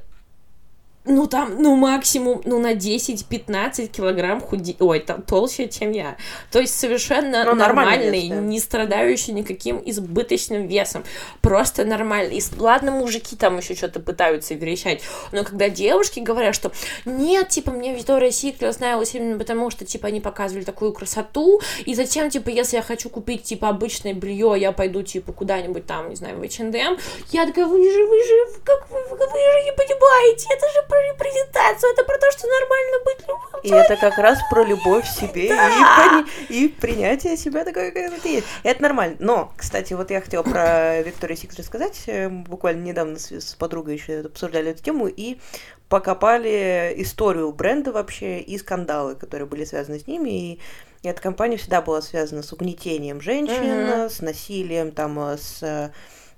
ну, там, ну, максимум, ну, на десять-пятнадцать килограмм худи... Ой, там, толще, чем я. То есть совершенно ну, нормальный, вес, да. не страдающий никаким избыточным весом. Просто нормальный. И, ладно, мужики там еще что-то пытаются верещать, но когда девушки говорят, что нет, типа, мне Виктория Секрет нравилась именно потому, что, типа, они показывали такую красоту, и затем, типа, если я хочу купить, типа, обычное белье, я пойду, типа, куда-нибудь там, не знаю, в эйч энд эм, я такая, вы же, вы же, как вы, вы же не понимаете, это же про репрезентацию, это про то, что нормально быть любым. И это как раз про любовь к себе да. и, и принятие себя такой, как ты есть. Это нормально. Но, кстати, вот я хотела про Викторию Секрет сказать. Буквально недавно с, с подругой еще обсуждали эту тему и покопали историю бренда вообще и скандалы, которые были связаны с ними. И эта компания всегда была связана с угнетением женщин, mm-hmm. с насилием, там, с...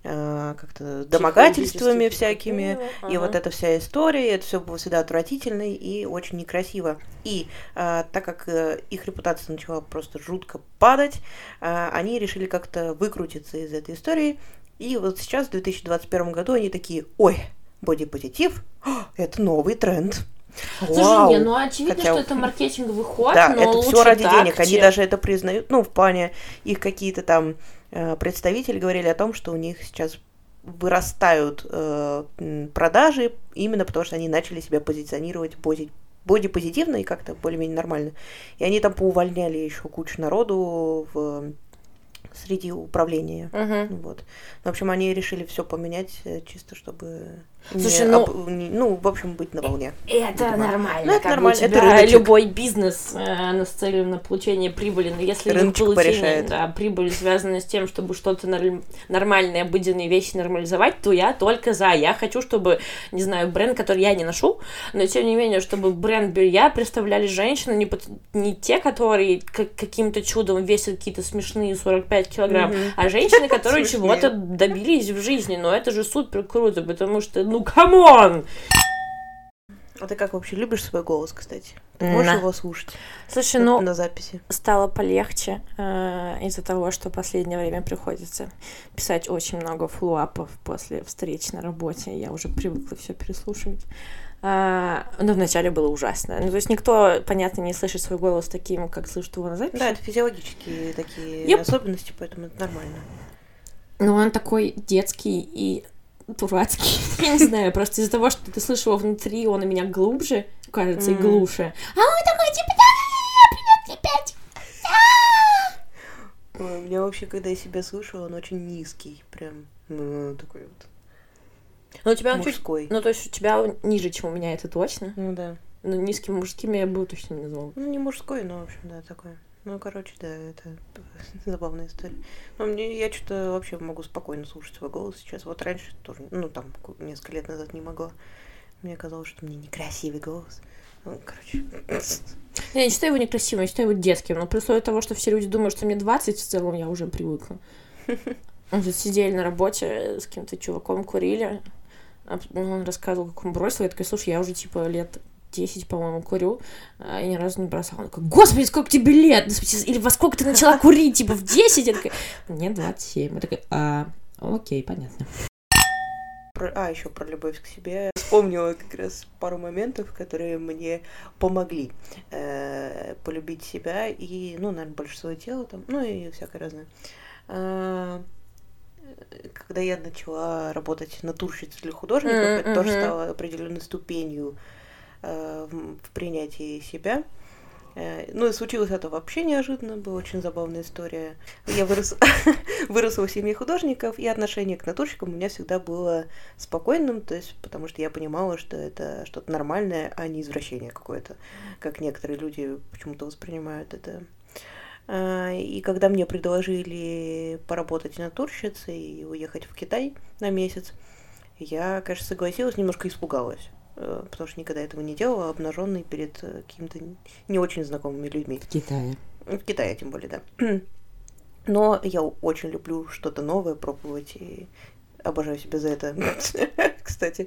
как-то домогательствами всякими, ага. и вот эта вся история, это все было всегда отвратительно и очень некрасиво. И а, так как а, их репутация начала просто жутко падать, а, они решили как-то выкрутиться из этой истории, и вот сейчас, в две тысячи двадцать первом году, они такие, ой, бодипозитив, это новый тренд. Слушай, Вау. не, ну очевидно, Хотя... что это маркетинговый ход, да, но это лучше все ради так, денег, чем... они даже это признают, ну, в плане их какие-то там представители говорили о том, что у них сейчас вырастают э, продажи именно потому, что они начали себя позиционировать боди, бодипозитивно и как-то более-менее нормально. И они там поувольняли еще кучу народу в, среди управления. Uh-huh. Вот. В общем, они решили все поменять чисто, чтобы... Слушай, не, ну... об, не, ну, в общем, быть на волне. Это видимо. Нормально. Ну, это как нормально. У тебя это любой бизнес э, нацелен на получение прибыли, но если Рыночек не получение да, прибыли связана с тем, чтобы что-то нар- нормальные, обыденные вещи нормализовать, то я только за. Я хочу, чтобы, не знаю, бренд, который я не ношу, но тем не менее, чтобы бренд белья представляли женщины, не, под... не те, которые к- каким-то чудом весят какие-то смешные сорок пять килограмм, mm-hmm. а женщины, которые чего-то добились в жизни. Но это же супер круто, потому что ну, камон! А ты как вообще любишь свой голос, кстати? Ты можешь на. его слушать? Слушай, ну, на записи? Стало полегче э, из-за того, что в последнее время приходится писать очень много фоллоуапов после встреч на работе. Я уже привыкла все переслушивать. А, но вначале было ужасно. Ну, то есть никто, понятно, не слышит свой голос таким, как слышит его на записи. Да, это физиологические такие yep. особенности, поэтому это нормально. Ну, он такой детский и дурацкий. Я не знаю, просто из-за того, что ты слышишь его внутри, он у меня глубже, кажется, mm. и глуше. А он такой, типа, да, привет, опять. Ой, у меня вообще, когда я себя слышу, он очень низкий, прям, ну, такой вот. Ну, у тебя мужской. Чуть, ну, то есть у тебя ниже, чем у меня, это точно? Ну, да. Ну, низким мужским я бы точно не назвала. Ну, не мужской, но, в общем, да, такой. Ну, короче, да, это забавная история. Но мне, я что-то вообще могу спокойно слушать свой голос сейчас. Вот раньше тоже, ну, там, несколько лет назад не могла. Мне казалось, что у меня некрасивый голос. Ну, короче. Я не считаю его некрасивым, я считаю его детским. Но при условии того, что все люди думают, что мне двадцать, в целом я уже привыкла. Мы тут сидели на работе с каким-то чуваком, курили. Он рассказывал, как он бросил. Я такая, слушай, я уже, типа, лет десять, по-моему, курю, и ни разу не бросала. Он такой, господи, сколько тебе лет? Или во сколько ты начала курить? Типа, в десять? Я такая, мне двадцать семь. Я такая, а, окей, понятно. Про, а, еще про любовь к себе. Вспомнила как раз пару моментов, которые мне помогли э, полюбить себя и, ну, наверное, больше свое тело там, ну, и всякое разное. А, когда я начала работать натурщицей для художников, mm-hmm. это тоже стало определенной ступенью э, в, в принятии себя. Ну и случилось это вообще неожиданно, была очень забавная история. Я вырос... выросла в семье художников, и отношение к натурщикам у меня всегда было спокойным, то есть потому что я понимала, что это что-то нормальное, а не извращение какое-то, как некоторые люди почему-то воспринимают это. И когда мне предложили поработать натурщицей и уехать в Китай на месяц, я, конечно, согласилась, немножко испугалась. Потому что никогда этого не делала, обнаженной перед какими-то не очень знакомыми людьми. В Китае. В Китае, тем более, да. Но я очень люблю что-то новое пробовать и обожаю себя за это. Кстати,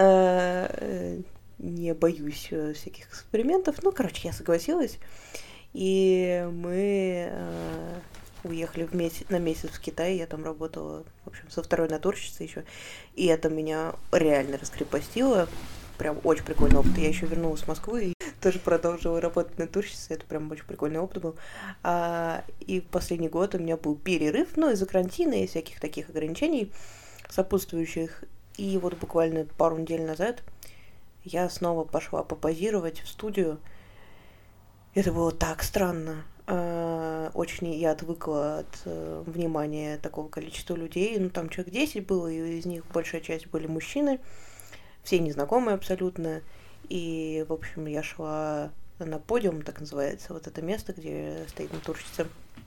не боюсь всяких экспериментов. Ну, короче, я согласилась. И мы уехали в месяц, на месяц в Китай, я там работала, в общем, со второй натурщицей еще. И это меня реально раскрепостило. Прям очень прикольный опыт. Я еще вернулась в Москву и тоже продолжила работать натурщицей. Это прям очень прикольный опыт был. А, и в последний год у меня был перерыв, ну, из-за карантина и всяких таких ограничений сопутствующих. И вот буквально пару недель назад я снова пошла попозировать в студию. Это было так странно. А, очень я отвыкла от а, внимания такого количества людей. Ну, там человек десять было, и из них большая часть были мужчины. Все незнакомые абсолютно. И, в общем, я шла на подиум, так называется, вот это место, где стоит натурщица.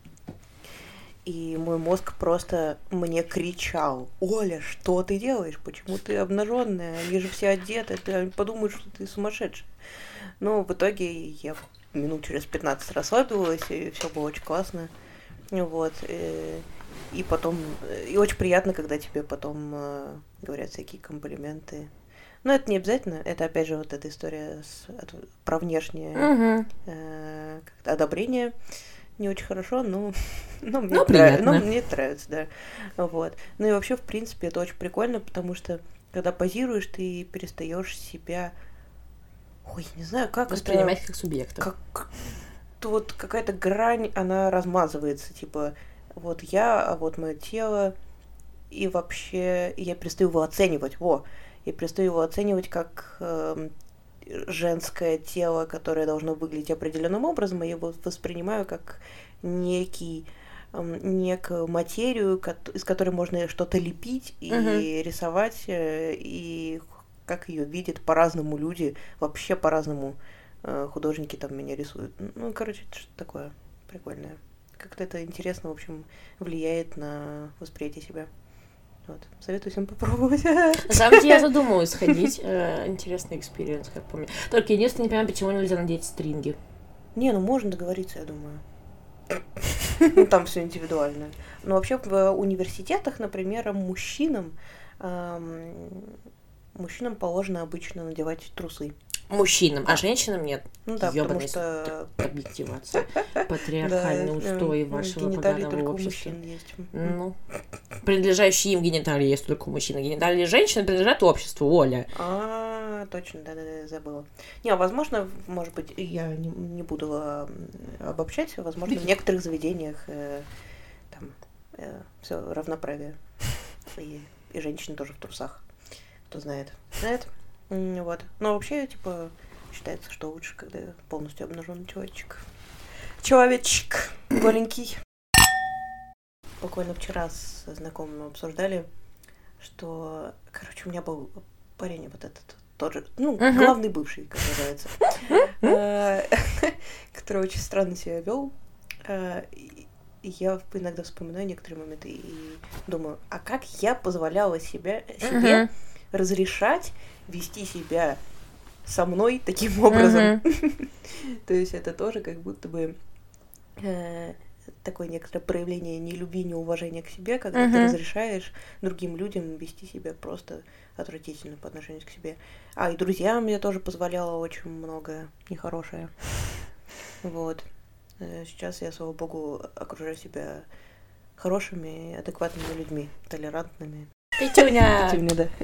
И мой мозг просто мне кричал: Оля, что ты делаешь? Почему ты обнаженная? Они же все одеты, ты подумаешь, что ты сумасшедшая. Но в итоге я минут через пятнадцать расслабилась, и все было очень классно. Вот. И потом... И очень приятно, когда тебе потом говорят всякие комплименты. Но это не обязательно. Это, опять же, вот эта история с, от, про внешнее uh-huh. э, одобрение. Не очень хорошо, но, но, мне, ну, нрав... но мне нравится, да. Вот. Ну и вообще, в принципе, это очень прикольно, потому что, когда позируешь, ты перестаешь себя... Ой, не знаю, как воспринимать это... как субъекта. Как... Вот какая-то грань, она размазывается. Типа, вот я, а вот мое тело. И вообще я перестаю его оценивать. Во! Я перестаю его оценивать как э, женское тело, которое должно выглядеть определенным образом, и я его воспринимаю как некий, э, некую материю, ко- из которой можно что-то лепить и uh-huh. рисовать, э, и как ее видят по-разному люди, вообще по-разному э, художники там меня рисуют. Ну, короче, это что-то такое прикольное. Как-то это интересно, в общем, влияет на восприятие себя. Вот. Советую всем попробовать. На самом деле я задумалась сходить. Интересный экспириенс, как помню. Только единственное, не понимаю, почему нельзя надеть стринги. Не, ну можно договориться, я думаю. Ну, там все индивидуально. Но вообще в университетах, например, мужчинам мужчинам положено обычно надевать трусы. Мужчинам, а женщинам нет. Ну да, ёбаный потому что... объективация. Патриархальные устои вашего поганого общества. Есть. Ну, принадлежащие им гениталии есть только у мужчин. Гениталии женщин принадлежат обществу, Оля. А, точно, да-да-да, забыла. Не, а возможно, может быть, я не, не буду а, обобщать, возможно, в некоторых заведениях э, там э, все равноправие. И И женщины тоже в трусах. Кто знает, знает. Вот. Но вообще, типа, считается, что лучше, когда полностью обнаженный человечек. Человечек голенький. Буквально вчера с знакомым обсуждали, что, короче, у меня был парень вот этот, тот же, ну, uh-huh. главный бывший, как называется, который очень странно себя вел. Я иногда вспоминаю некоторые моменты и думаю, а как я позволяла себе, себе разрешать вести себя со мной таким образом? То есть это тоже как будто бы такое некоторое проявление нелюбви, неуважения к себе, когда uh-huh. ты разрешаешь другим людям вести себя просто отвратительно по отношению к себе. А, и друзьям я тоже позволяла очень многое нехорошее. Вот. Сейчас я, слава богу, окружаю себя хорошими, адекватными людьми, толерантными. Петюня! Петюня, да.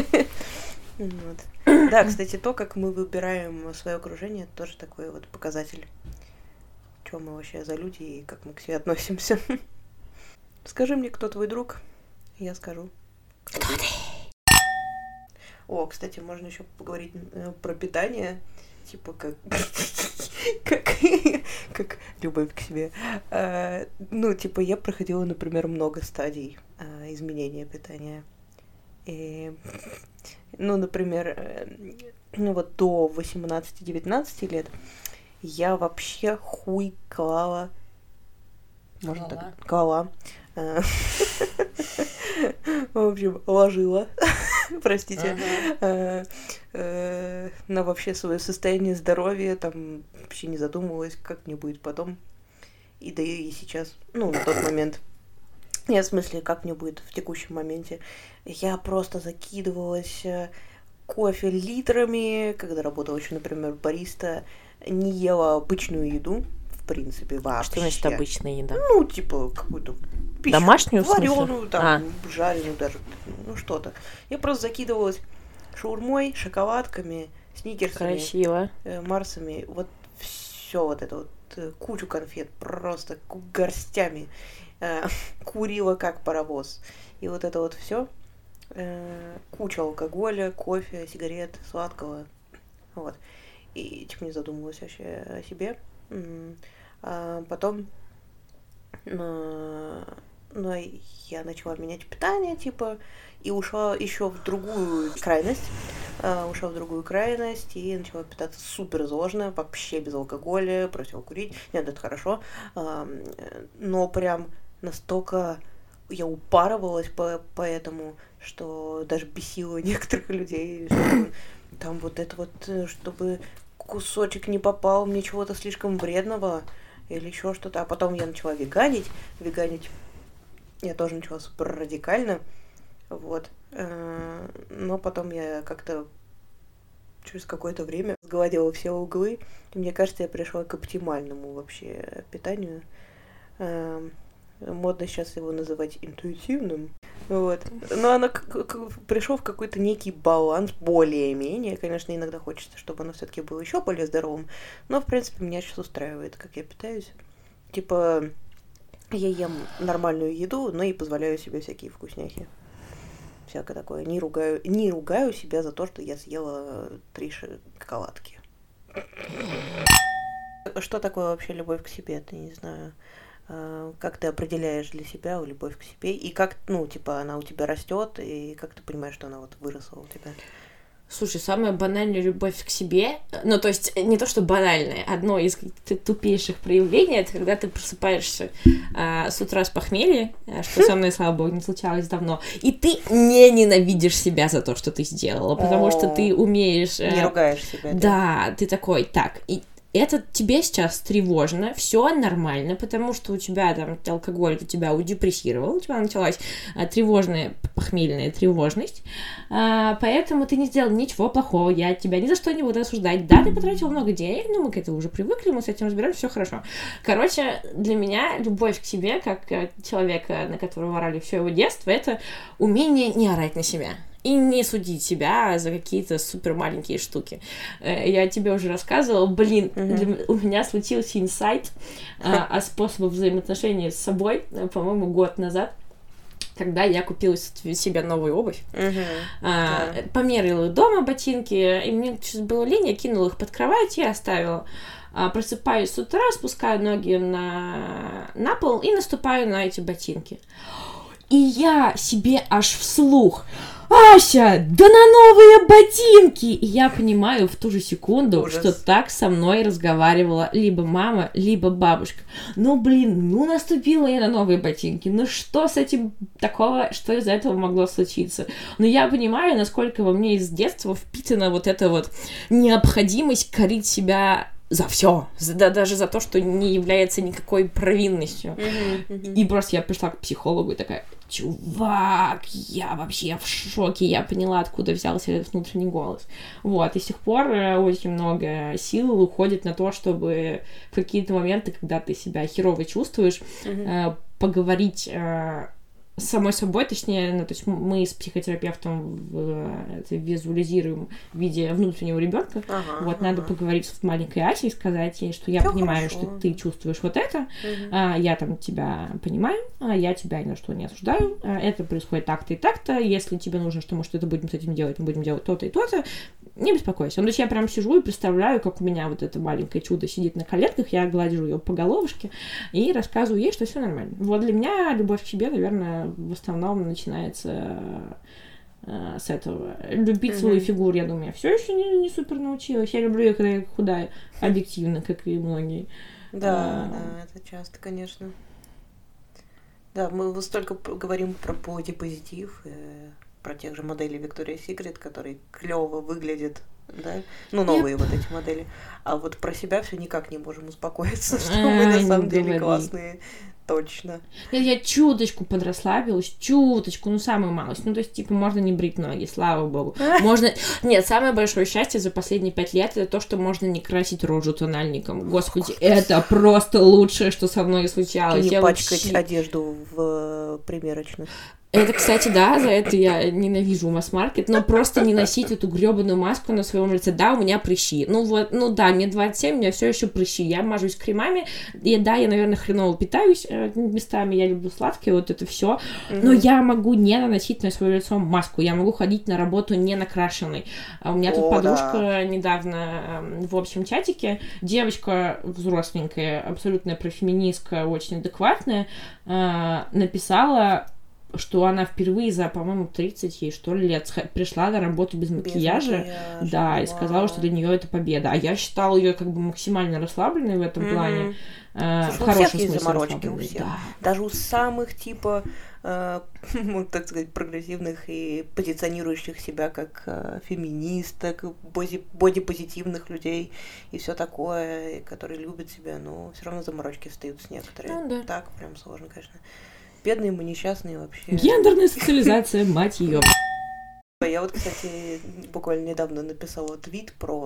Вот. Да, кстати, то, как мы выбираем свое окружение, тоже такой вот показатель. Что мы вообще за люди и как мы к себе относимся. Скажи мне, кто твой друг, я скажу. Кто ты? О, кстати, можно еще поговорить про питание. Типа как... как... как любовь к себе. А, ну, типа, я проходила, например, много стадий а, изменения питания. И... Ну, например, ну вот до восемнадцати-девятнадцати лет я вообще хуй клала. Можно так? Клала. В общем, ложила. Простите. На вообще свое состояние здоровья. Там вообще не задумывалась, как мне будет потом. И да и сейчас. Ну, на тот момент. Нет, в смысле, как мне будет в текущем моменте. Я просто закидывалась кофе литрами, когда работала еще, например, бариста. Не ела обычную еду, в принципе, вообще. Что значит обычная еда? Ну, типа, какую-то пищу. Домашнюю, вареную, там, а. жареную даже, ну, что-то. Я просто закидывалась шаурмой, шоколадками, сникерсами. Красиво. Э, марсами. Вот все вот это вот, э, кучу конфет, просто горстями. Э, курила как паровоз. И вот это вот все. Э, куча алкоголя, кофе, сигарет, сладкого. Вот. И типа не задумывалась вообще о себе. А потом ну, ну, я начала менять питание, типа, и ушла еще в другую крайность. Uh, ушла в другую крайность и начала питаться супер сложно, вообще без алкоголя, бросила курить. Нет, это хорошо. Uh, но прям настолько я упарывалась по, по этому, что даже бесила некоторых людей. Что, там вот это вот, чтобы кусочек не попал мне чего-то слишком вредного или еще что-то. А потом я начала веганить. Веганить я тоже начала супер радикально. Вот. Но потом я как-то через какое-то время сгладила все углы. И мне кажется, я пришла к оптимальному вообще питанию. Модно сейчас его называть интуитивным. Вот. Но оно к- к- пришел в какой-то некий баланс, более-менее. Конечно, иногда хочется, чтобы оно все-таки было еще более здоровым. Но, в принципе, меня сейчас устраивает, как я питаюсь. Типа, я ем нормальную еду, но и позволяю себе всякие вкусняхи. Всякое такое. Не ругаю, не ругаю себя за то, что я съела три шоколадки. Что такое вообще любовь к себе? Ты не знаю. Как ты определяешь для себя любовь к себе, и как, ну, типа, она у тебя растет, и как ты понимаешь, что она вот выросла у тебя? Слушай, самая банальная любовь к себе, ну, то есть, не то, что банальная, одно из тупейших проявлений, это когда ты просыпаешься а, с утра с похмелья, что со мной, слава богу, не случалось давно, и ты не ненавидишь себя за то, что ты сделала, потому что ты умеешь... Не ругаешь себя. Да, ты такой, так, и это тебе сейчас тревожно, все нормально, потому что у тебя там алкоголь у тебя удепрессировал, у тебя началась а, тревожная, похмельная тревожность, а, поэтому ты не сделал ничего плохого, я тебя ни за что не буду осуждать. Да, ты потратил много денег, но мы к этому уже привыкли, мы с этим разбираемся, все хорошо. Короче, для меня любовь к себе, как человека, на которого орали все его детство, это умение не орать на себя. И не судить себя за какие-то супер маленькие штуки. Я тебе уже рассказывала, блин, mm-hmm. для, у меня случился инсайт а, о способах взаимоотношений с собой, по-моему, год назад. когда я купила себе новую обувь. Uh-huh. А, да. Померила дома ботинки, и мне сейчас было лень, я кинула их под кровать и оставила. А, просыпаюсь с утра, спускаю ноги на, на пол и наступаю на эти ботинки. И я себе аж вслух: Ася, да на новые ботинки! И я понимаю в ту же секунду, Ужас. Что так со мной разговаривала либо мама, либо бабушка. Ну, блин, ну наступила я на новые ботинки. Ну что с этим такого, что из этого могло случиться? Но я понимаю, насколько во мне из детства впитана вот эта вот необходимость корить себя за все, да, даже за то, что не является никакой провинностью. Uh-huh, uh-huh. И просто я пришла к психологу и такая: чувак, я вообще в шоке, я поняла, откуда взялся этот внутренний голос. Вот, и с тех пор очень много сил уходит на то, чтобы в какие-то моменты, когда ты себя херово чувствуешь, uh-huh. поговорить с самой собой, точнее, ну, то есть мы с психотерапевтом в, это, визуализируем в виде внутреннего ребенка. Ага, вот, ага. надо поговорить с маленькой Асей и сказать ей, что я Всё понимаю, хорошо. что ты чувствуешь вот это, Угу. а, я там тебя понимаю, а я тебя ни на что не осуждаю, а, это происходит так-то и так-то, если тебе нужно, что мы что-то будем с этим делать, мы будем делать то-то и то-то, не беспокойся. Ну, то есть я прям сижу и представляю, как у меня вот это маленькое чудо сидит на коленках, я гладжу ее по головушке и рассказываю ей, что все нормально. Вот для меня любовь к себе, наверное, в основном начинается э, с этого. Любить mm-hmm. свою фигуру, я думаю, я все еще не, не супер научилась. Я люблю ее, когда я худая, объективно, как и многие. Да, а, да, это часто, конечно. Да, мы столько говорим про бодипозитив, э, про тех же моделей Victoria's Secret, которые клево выглядят, да? Ну, новые yep. вот эти модели. А вот про себя все никак не можем успокоиться, что мы на самом деле классные. Точно. Я, я чуточку подрасслабилась, чуточку, ну, самую малость. Ну, то есть, типа, можно не брить ноги, слава богу. Можно... Нет, самое большое счастье за последние пять лет — это то, что можно не красить рожу тональником. Господи, Господи. Это просто лучшее, что со мной случалось. И не я пачкать вообще... одежду в примерочных. Это, кстати, да, за это я ненавижу масс-маркет, но просто не носить эту грёбаную маску на своем лице. Да, у меня прыщи. Ну вот, ну да, мне двадцать семь, у меня все еще прыщи. Я мажусь кремами. И да, я, наверное, хреново питаюсь э, местами, я люблю сладкое, вот это все. Но mm-hmm. я могу не наносить на свое лицо маску. Я могу ходить на работу не накрашенной. А у меня О, тут подружка да. недавно э, в общем чатике, девочка взросленькая, абсолютная профеминистка, очень адекватная, э, написала, что она впервые за, по-моему, тридцать ей, что ли, лет пришла на работу без макияжа, без макияжа да, и сказала, что для нее это победа. А я считала ее как бы максимально расслабленной в этом mm-hmm. плане. Э, Слушай, в хорошем у всех есть смысле заморочки у всех. Да. Даже у самых, типа, э, так сказать, прогрессивных и позиционирующих себя как э, феминисток, боди- бодипозитивных людей и все такое, которые любят себя, но все равно заморочки встают с некоторые. Ну, да. Так, прям сложно, конечно. Бедные мы, несчастные вообще. Гендерная социализация, мать ее. Я вот, кстати, буквально недавно написала твит про,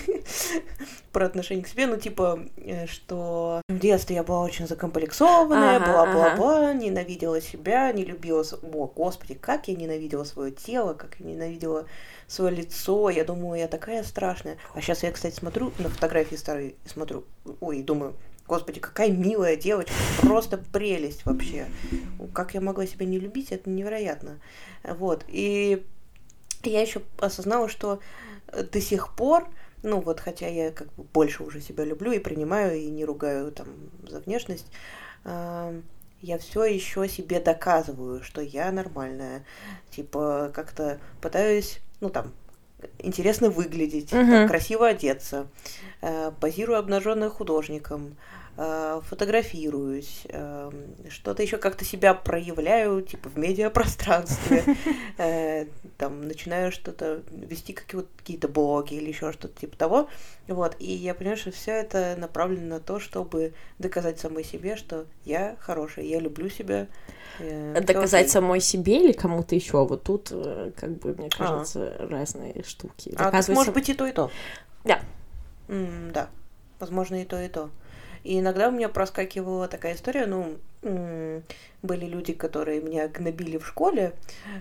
про отношение к себе, ну, типа, что в детстве я была очень закомплексованная, ага, бла-бла-бла, ага. ненавидела себя, не любила... О, господи, как я ненавидела свое тело, как я ненавидела свое лицо, я думаю, я такая страшная. А сейчас я, кстати, смотрю на фотографии старые, смотрю, ой, думаю... Господи, какая милая девочка, просто прелесть вообще. Как я могла себя не любить, это невероятно. Вот, и я еще осознала, что до сих пор, ну вот, хотя я как бы больше уже себя люблю и принимаю, и не ругаю там за внешность, э, я все еще себе доказываю, что я нормальная. Типа, как-то пытаюсь, ну там, интересно выглядеть, uh-huh. там, красиво одеться, э, позирую обнаженным художником, э, фотографируюсь, э, что-то еще как-то себя проявляю, типа в медиапространстве, э, там начинаю что-то вести какие-то блоги или еще что-то типа того, вот, и я понимаю, что все это направлено на то, чтобы доказать самой себе, что я хорошая, я люблю себя. Э, Доказать самой себе или кому-то еще? Вот тут, как бы, мне кажется, а. разные штуки. А тут может быть и то, и то. Да. Mm, да, возможно, и то, и то. И иногда у меня проскакивала такая история, ну, м- были люди, которые меня гнобили в школе,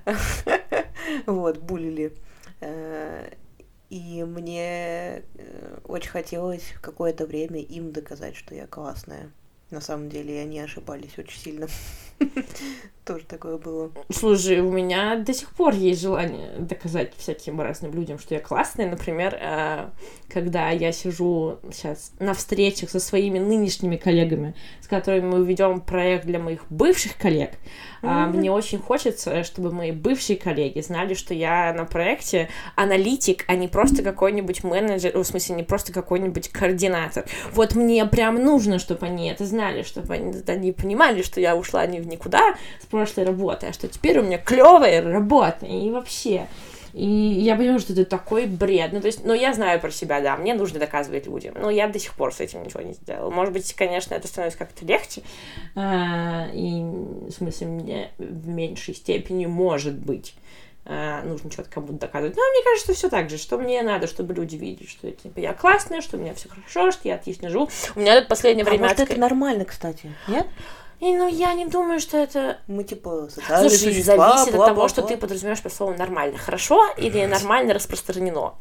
вот, булили, и мне очень хотелось какое-то время им доказать, что я классная. на самом деле, и они ошибались очень сильно. Тоже такое было. Слушай, у меня до сих пор есть желание доказать всяким разным людям, что я классная. Например, когда я сижу сейчас на встречах со своими нынешними коллегами, с которыми мы ведем проект для моих бывших коллег, mm-hmm. мне очень хочется, чтобы мои бывшие коллеги знали, что я на проекте аналитик, а не просто какой-нибудь менеджер, в смысле, не просто какой-нибудь координатор. Вот мне прям нужно, чтобы они это знали, чтобы они, они понимали, что я ушла не в никуда с прошлой работы, а что теперь у меня клевая работа, и вообще. И я понимаю, что это такой бред. Ну, то есть, ну, я знаю про себя, да, мне нужно доказывать людям, но я до сих пор с этим ничего не сделала. Может быть, конечно, это становится как-то легче, а, и, в смысле, мне в меньшей степени, может быть, а, нужно что-то кому-то доказывать. Но мне кажется, что все так же, что мне надо, чтобы люди видели, что это, типа, я классная, что у меня все хорошо, что я отлично живу. У меня в последнее а время... может, это нормально, кстати, нет? И, ну, я не думаю, что это... Мы, типа, социальные Слушай, существа, зависит бла, от того, бла, что бла. ты подразумеваешь под словом «нормально». Хорошо или нормально распространено?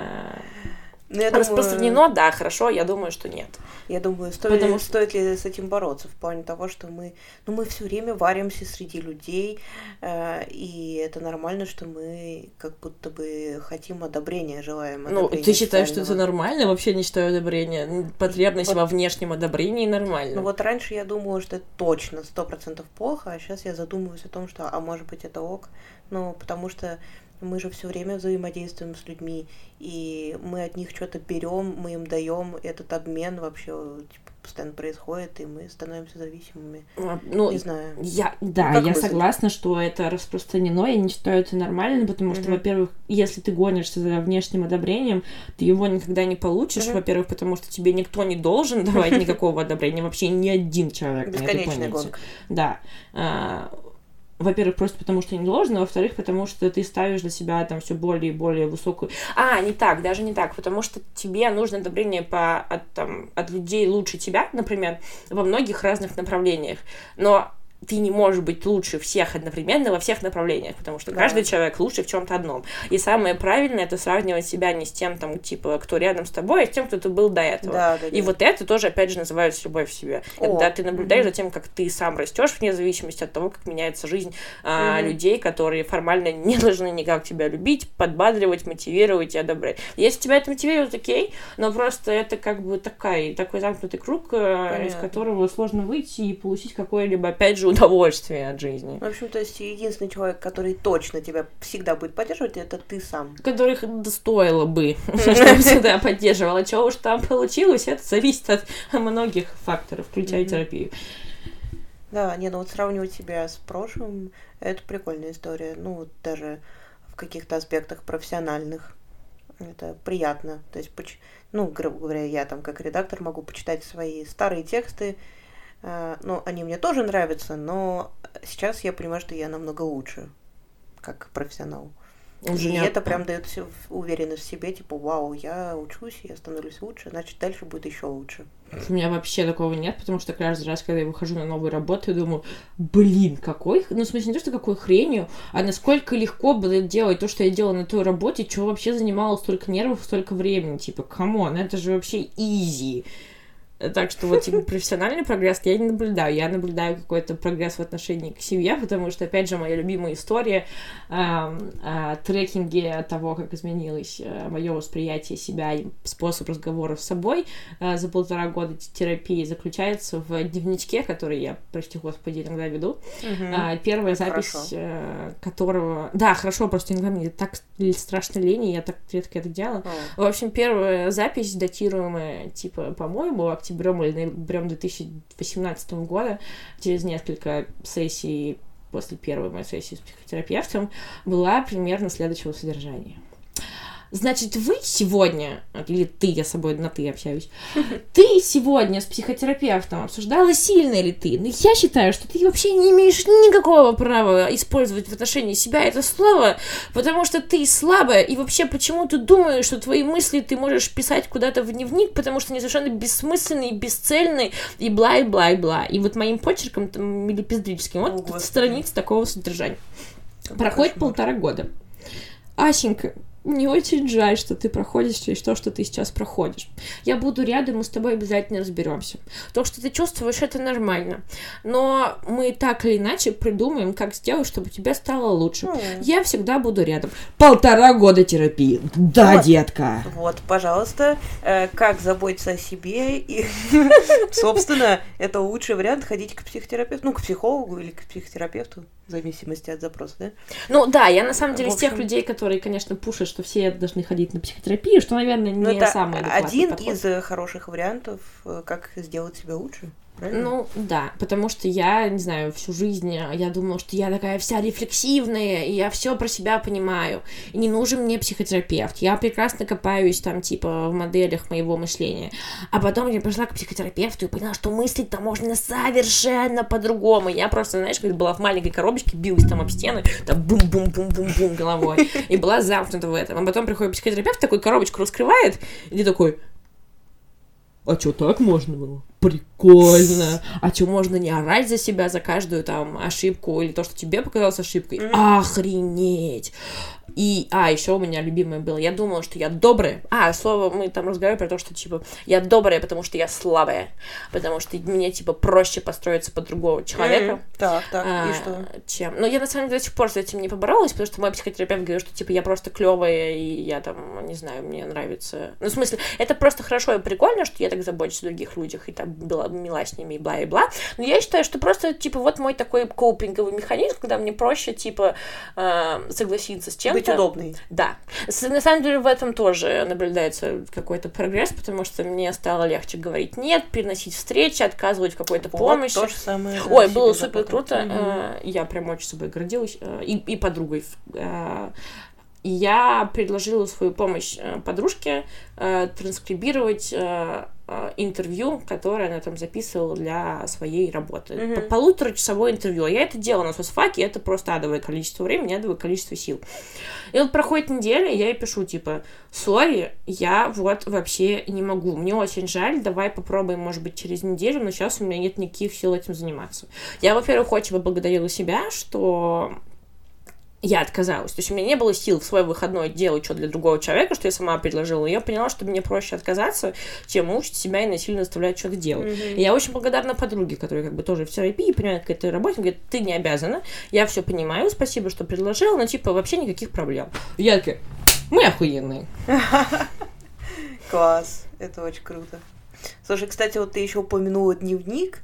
Ну, я распространено, думаю... да, хорошо, я думаю, что нет. Я думаю, стоит, Потому... ли, стоит ли с этим бороться, в плане того, что мы, ну, мы все время варимся среди людей, э, и это нормально, что мы как будто бы хотим одобрения, желаем одобрения. Ну, ты считаешь, что это нормально? Вообще не считаю одобрения. Потребность вот... во внешнем одобрении нормально. Ну, вот раньше я думала, что это точно сто процентов плохо, а сейчас я задумываюсь о том, что, а может быть, это ок, ну, потому что мы же все время взаимодействуем с людьми, и мы от них что-то берем, мы им даем, этот обмен вообще типа, постоянно происходит, и мы становимся зависимыми. Ну, не знаю. Я, да, ну, я согласна, что это распространено, я не считаю это нормально, потому что, mm-hmm. во-первых, если ты гонишься за внешним одобрением, ты его никогда не получишь, mm-hmm. во-первых, потому что тебе никто не должен давать никакого одобрения, вообще ни один человек на этой планете. Да. Во-первых, просто потому что не должен, а во-вторых, потому что ты ставишь для себя там все более и более высокую... А, не так, даже не так, потому что тебе нужно одобрение по, от, там, от людей лучше тебя, например, во многих разных направлениях, но ты не можешь быть лучше всех одновременно во всех направлениях, потому что да. каждый человек лучше в чем-то одном. И самое правильное — это сравнивать себя не с тем, там, типа, кто рядом с тобой, а с тем, кто ты был до этого. Да, да, и да. вот это тоже, опять же, называется любовь к себе. О. Когда ты наблюдаешь mm-hmm. за тем, как ты сам растешь, вне зависимости от того, как меняется жизнь а, mm-hmm. людей, которые формально не должны никак тебя любить, подбадривать, мотивировать и одобрять. Если тебя это мотивирует, окей, но просто это как бы такой, такой замкнутый круг, Понятно. Из которого сложно выйти и получить какое-либо, опять же, удовольствие от жизни. В общем, то есть единственный человек, который точно тебя всегда будет поддерживать, это ты сам. Которых стоило бы, чтобы всегда поддерживала. Чего уж там получилось, это зависит от многих факторов, включая терапию. Да, не, ну вот сравнивать себя с прошлым, это прикольная история. Ну, вот даже в каких-то аспектах профессиональных. Это приятно. То есть, ну, грубо говоря, я там как редактор могу почитать свои старые тексты. Ну, они мне тоже нравятся, но сейчас я понимаю, что я намного лучше, как профессионал. Уже и это прям дает уверенность в себе, типа, вау, я учусь, я становлюсь лучше, значит, дальше будет еще лучше. У меня вообще такого нет, потому что каждый раз, когда я выхожу на новую работу, я думаю, блин, какой... Ну, в смысле, не то, что какой хренью, а насколько легко было делать то, что я делала на той работе, чего вообще занимало столько нервов, столько времени. Типа, камон, это же вообще изи. Так что вот типа, профессиональный прогресс я не наблюдаю. Я наблюдаю какой-то прогресс в отношении к семье, потому что, опять же, моя любимая история э, о трекинге того, как изменилось э, мое восприятие себя и способ разговора с собой э, за полтора года терапии заключается в дневничке, который я, прости господи, иногда веду. Mm-hmm. Э, первая запись, э, которого... Да, хорошо, просто иногда мне так страшно лень, и я так редко это делала. Oh. В общем, первая запись, датируемая, типа, по-моему, октябрем или ноябрем две тысячи восемнадцатого года, через несколько сессий после первой моей сессии с психотерапевтом, была примерно следующего содержания. Значит, вы сегодня, или ты, я с собой на ты общаюсь, ты сегодня с психотерапевтом обсуждала, сильная ли ты. Но я считаю, что ты вообще не имеешь никакого права использовать в отношении себя это слово, потому что ты слабая, и вообще почему ты думаешь, что твои мысли ты можешь писать куда-то в дневник, потому что они совершенно бессмысленные, бесцельные, и бла, и бла, и бла. И вот моим почерком, там, или пиздрическим, вот страниц такого содержания. Проходит полтора года. Асенька, мне очень жаль, что ты проходишь через то, что ты сейчас проходишь. Я буду рядом, мы с тобой обязательно разберемся. То, что ты чувствуешь, это нормально. Но мы так или иначе придумаем, как сделать, чтобы тебе стало лучше. Mm. Я всегда буду рядом. Полтора года терапии. Да, вот, детка. Вот, пожалуйста, э, как заботиться о себе. И, собственно, это лучший вариант ходить к психотерапевту. Ну, к психологу или к психотерапевту. В зависимости от запроса, да? Ну да, я на самом деле из тех людей, которые, конечно, пушат, что все должны ходить на психотерапию, что, наверное, не это самый адекватный один подход. из хороших вариантов, как сделать себя лучше. Правильно? Ну, да, потому что я, не знаю, всю жизнь я думала, что я такая вся рефлексивная, и я все про себя понимаю, и не нужен мне психотерапевт. Я прекрасно копаюсь там, типа, в моделях моего мышления. А потом я пришла к психотерапевту и поняла, что мыслить-то можно совершенно по-другому. Я просто, знаешь, когда была в маленькой коробочке, билась там об стены, там бум-бум-бум-бум-бум головой, и была замкнута в этом. А потом приходит психотерапевт, такой коробочку раскрывает, и ты такой... А что, так можно было? Прикольно. А что, можно не орать за себя, за каждую там ошибку или то, что тебе показалось ошибкой? Mm. Охренеть! И, а, еще у меня любимое было, я думала, что я добрая. А, слово, мы там разговаривали про то, что, типа, я добрая, потому что я слабая. Потому что мне, типа, проще построиться под другого человека. Mm. Так, так, а, и что? Чем? Но я, на самом деле, до сих пор с этим не поборолась, потому что мой психотерапевт говорит, что, типа, я просто клевая, и я там, не знаю, мне нравится... Ну, в смысле, это просто хорошо и прикольно, что я так забочусь о других людях, и так была мила с ними, и бла, и бла. Но я считаю, что просто, типа, вот мой такой коупинговый механизм, когда мне проще, типа, э, согласиться с чем-то. Быть удобной. Да. На самом деле в этом тоже наблюдается какой-то прогресс, потому что мне стало легче говорить нет, переносить встречи, отказывать в какой-то вот, помощи. То же самое. Ой, было супер круто. Mm-hmm. Я прям очень собой гордилась. И, и подругой. И я предложила свою помощь подружке транскрибировать интервью, которое она там записывала для своей работы. Mm-hmm. Полуторачасовое интервью. Я это делала на соцфаке, это просто адовое количество времени, адовое количество сил. И вот проходит неделя, и я ей пишу, типа, сори, я вот вообще не могу, мне очень жаль, давай попробуем, может быть, через неделю, но сейчас у меня нет никаких сил этим заниматься. Я, во-первых, очень поблагодарила себя, что... я отказалась. То есть у меня не было сил в свой выходной делать что-то для другого человека, что я сама предложила. И я поняла, что мне проще отказаться, чем мучить себя и насильно заставлять что-то делать. Mm-hmm. И я очень благодарна подруге, которая как бы тоже в терапии, понимает, как это работает. Говорит, ты не обязана, я все понимаю, спасибо, что предложила, но типа вообще никаких проблем. И я такая, мы охуенные. Класс, это очень круто. Слушай, кстати, вот ты еще упомянула дневник,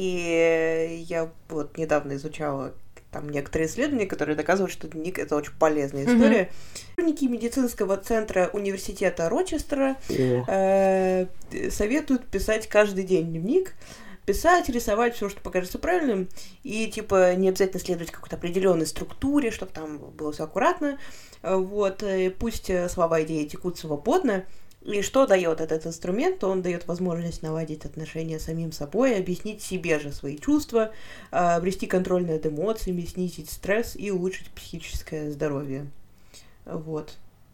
и я вот недавно изучала там некоторые исследования, которые доказывают, что дневник — это очень полезная история. Сотрудники mm-hmm. медицинского центра университета Рочестера yeah. э, советуют писать каждый день дневник, писать, рисовать все, что покажется правильным, и типа не обязательно следовать какой-то определенной структуре, чтобы там было все аккуратно. Вот, пусть слова и идеи текут свободно. И что дает этот инструмент? Он дает возможность наладить отношения с самим собой, объяснить себе же свои чувства, обрести контроль над эмоциями, снизить стресс и улучшить психическое здоровье. Вот.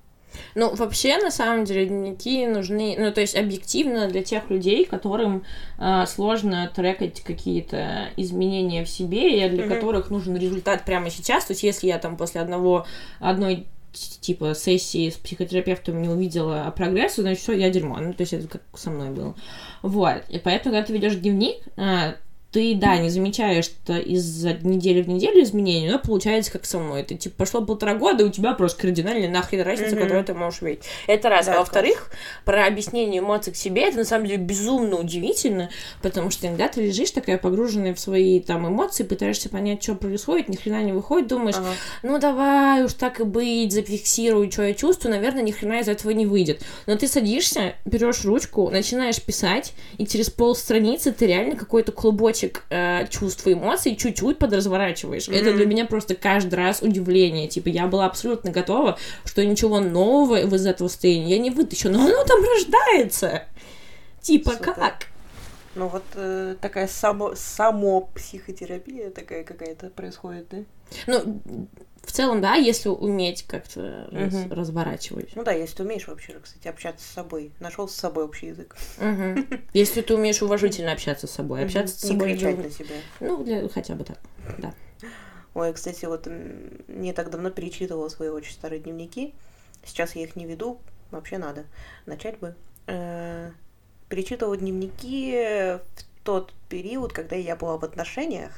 Ну, вообще, на самом деле, дневники нужны, ну, то есть, объективно для тех людей, которым э, сложно трекать какие-то изменения в себе, и для mm-hmm. которых нужен результат прямо сейчас. То есть, если я там после одного, одной типа сессии с психотерапевтом не увидела прогресса, значит, все, я дерьмо. Ну, то есть, это как со мной было. Вот. И поэтому, когда ты ведешь дневник, э, ты, да, не замечаешь что из недели в неделю изменений, но получается как со мной. Ты, типа, прошло полтора года, и у тебя просто кардинальная нахрен разница, mm-hmm. которую ты можешь видеть. Это раз. Да, а во-вторых, класс. Про объяснение эмоций к себе, это на самом деле безумно удивительно, потому что иногда ты лежишь такая погруженная в свои там эмоции, пытаешься понять, что происходит, ни хрена не выходит, думаешь, ага. ну давай уж так и быть, зафиксируй, что я чувствую, наверное, ни хрена из этого не выйдет. Но ты садишься, берешь ручку, начинаешь писать, и через полстраницы ты реально какой-то клубочек чувств и эмоций чуть-чуть подразворачиваешь. Mm-hmm. Это для меня просто каждый раз удивление. Типа, я была абсолютно готова, что ничего нового из этого состояния я не вытащу, но оно там рождается. Типа, Супер. Как? Ну вот э, такая само, само психотерапия такая какая-то происходит, да? Ну, в целом, да, если уметь как-то угу. раз, разворачивать. Ну да, если ты умеешь вообще, кстати, общаться с собой. Нашел с собой общий язык. Угу. Если ты умеешь уважительно общаться с собой. Общаться с собой. Не кричать на себя. Ну, для, хотя бы так, да. Ой, кстати, вот не так давно перечитывала свои очень старые дневники. Сейчас я их не веду, вообще надо. Начать бы. Перечитывала дневники в тот период, когда я была в отношениях.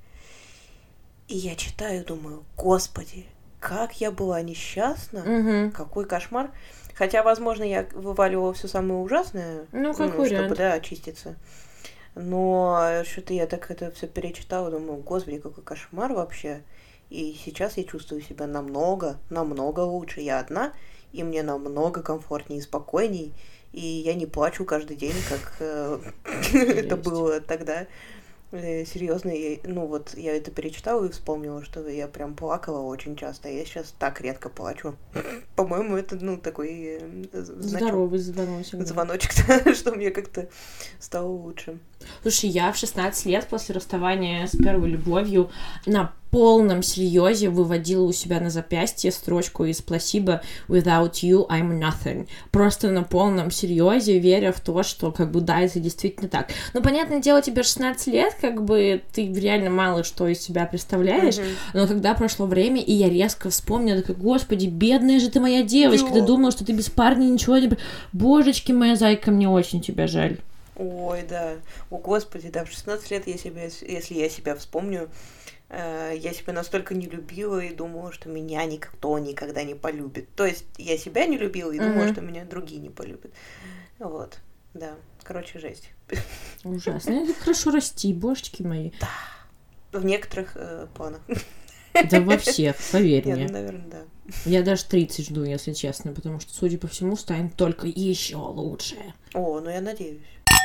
И я читаю, думаю, господи, как я была несчастна, Угу. какой кошмар. Хотя, возможно, я вываливала все самое ужасное, Ну, как ну, вариант. чтобы, да, очиститься. Но что-то я так это все перечитала, думаю, господи, какой кошмар вообще. И сейчас я чувствую себя намного, намного лучше. Я одна, и мне намного комфортнее и спокойней. И я не плачу каждый день, как э, это было тогда. Э, серьезно, я, ну вот я это перечитала и вспомнила, что я прям плакала очень часто. Я сейчас так редко плачу. По-моему, это, ну, такой э, значок, Здоровый звоночек. да. звоночек, да, что мне как-то стало лучше. Слушай, я в шестнадцать лет после расставания с первой любовью на полном серьезе выводила у себя на запястье строчку из Placebo «Without you, I'm nothing». Просто на полном серьезе, веря в то, что, как бы, да, это действительно так. Ну, понятное дело, тебе шестнадцать лет, как бы, ты реально мало что из себя представляешь, Мгм. но когда прошло время, и я резко вспомнила, такая, господи, бедная же ты моя девочка, ты Ё. думала, что ты без парня ничего не... Божечки, моя зайка, мне очень тебя жаль. Ой, да. О, господи, да, в шестнадцать лет я себя, если я себя вспомню, э, я себя настолько не любила и думала, что меня никто никогда не полюбит. То есть я себя не любила и думала, Мгм. что меня другие не полюбят. Вот, да. Короче, жесть. Ужасно. Это хорошо расти, божечки мои. В некоторых э, планах. Да во всех, поверь Нет, мне. ну, наверное, да. Я даже тридцать жду, если честно, потому что, судя по всему, станет только еще лучше. О, ну я надеюсь.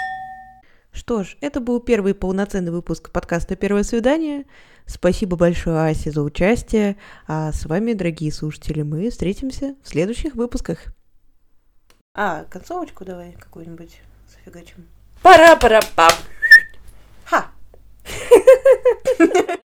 Что ж, это был первый полноценный выпуск подкаста «Первое свидание». Спасибо большое Асе за участие. А с вами, дорогие слушатели, мы встретимся в следующих выпусках. А, концовочку давай какую-нибудь зафигачим. Пара-пара-пам. Ха!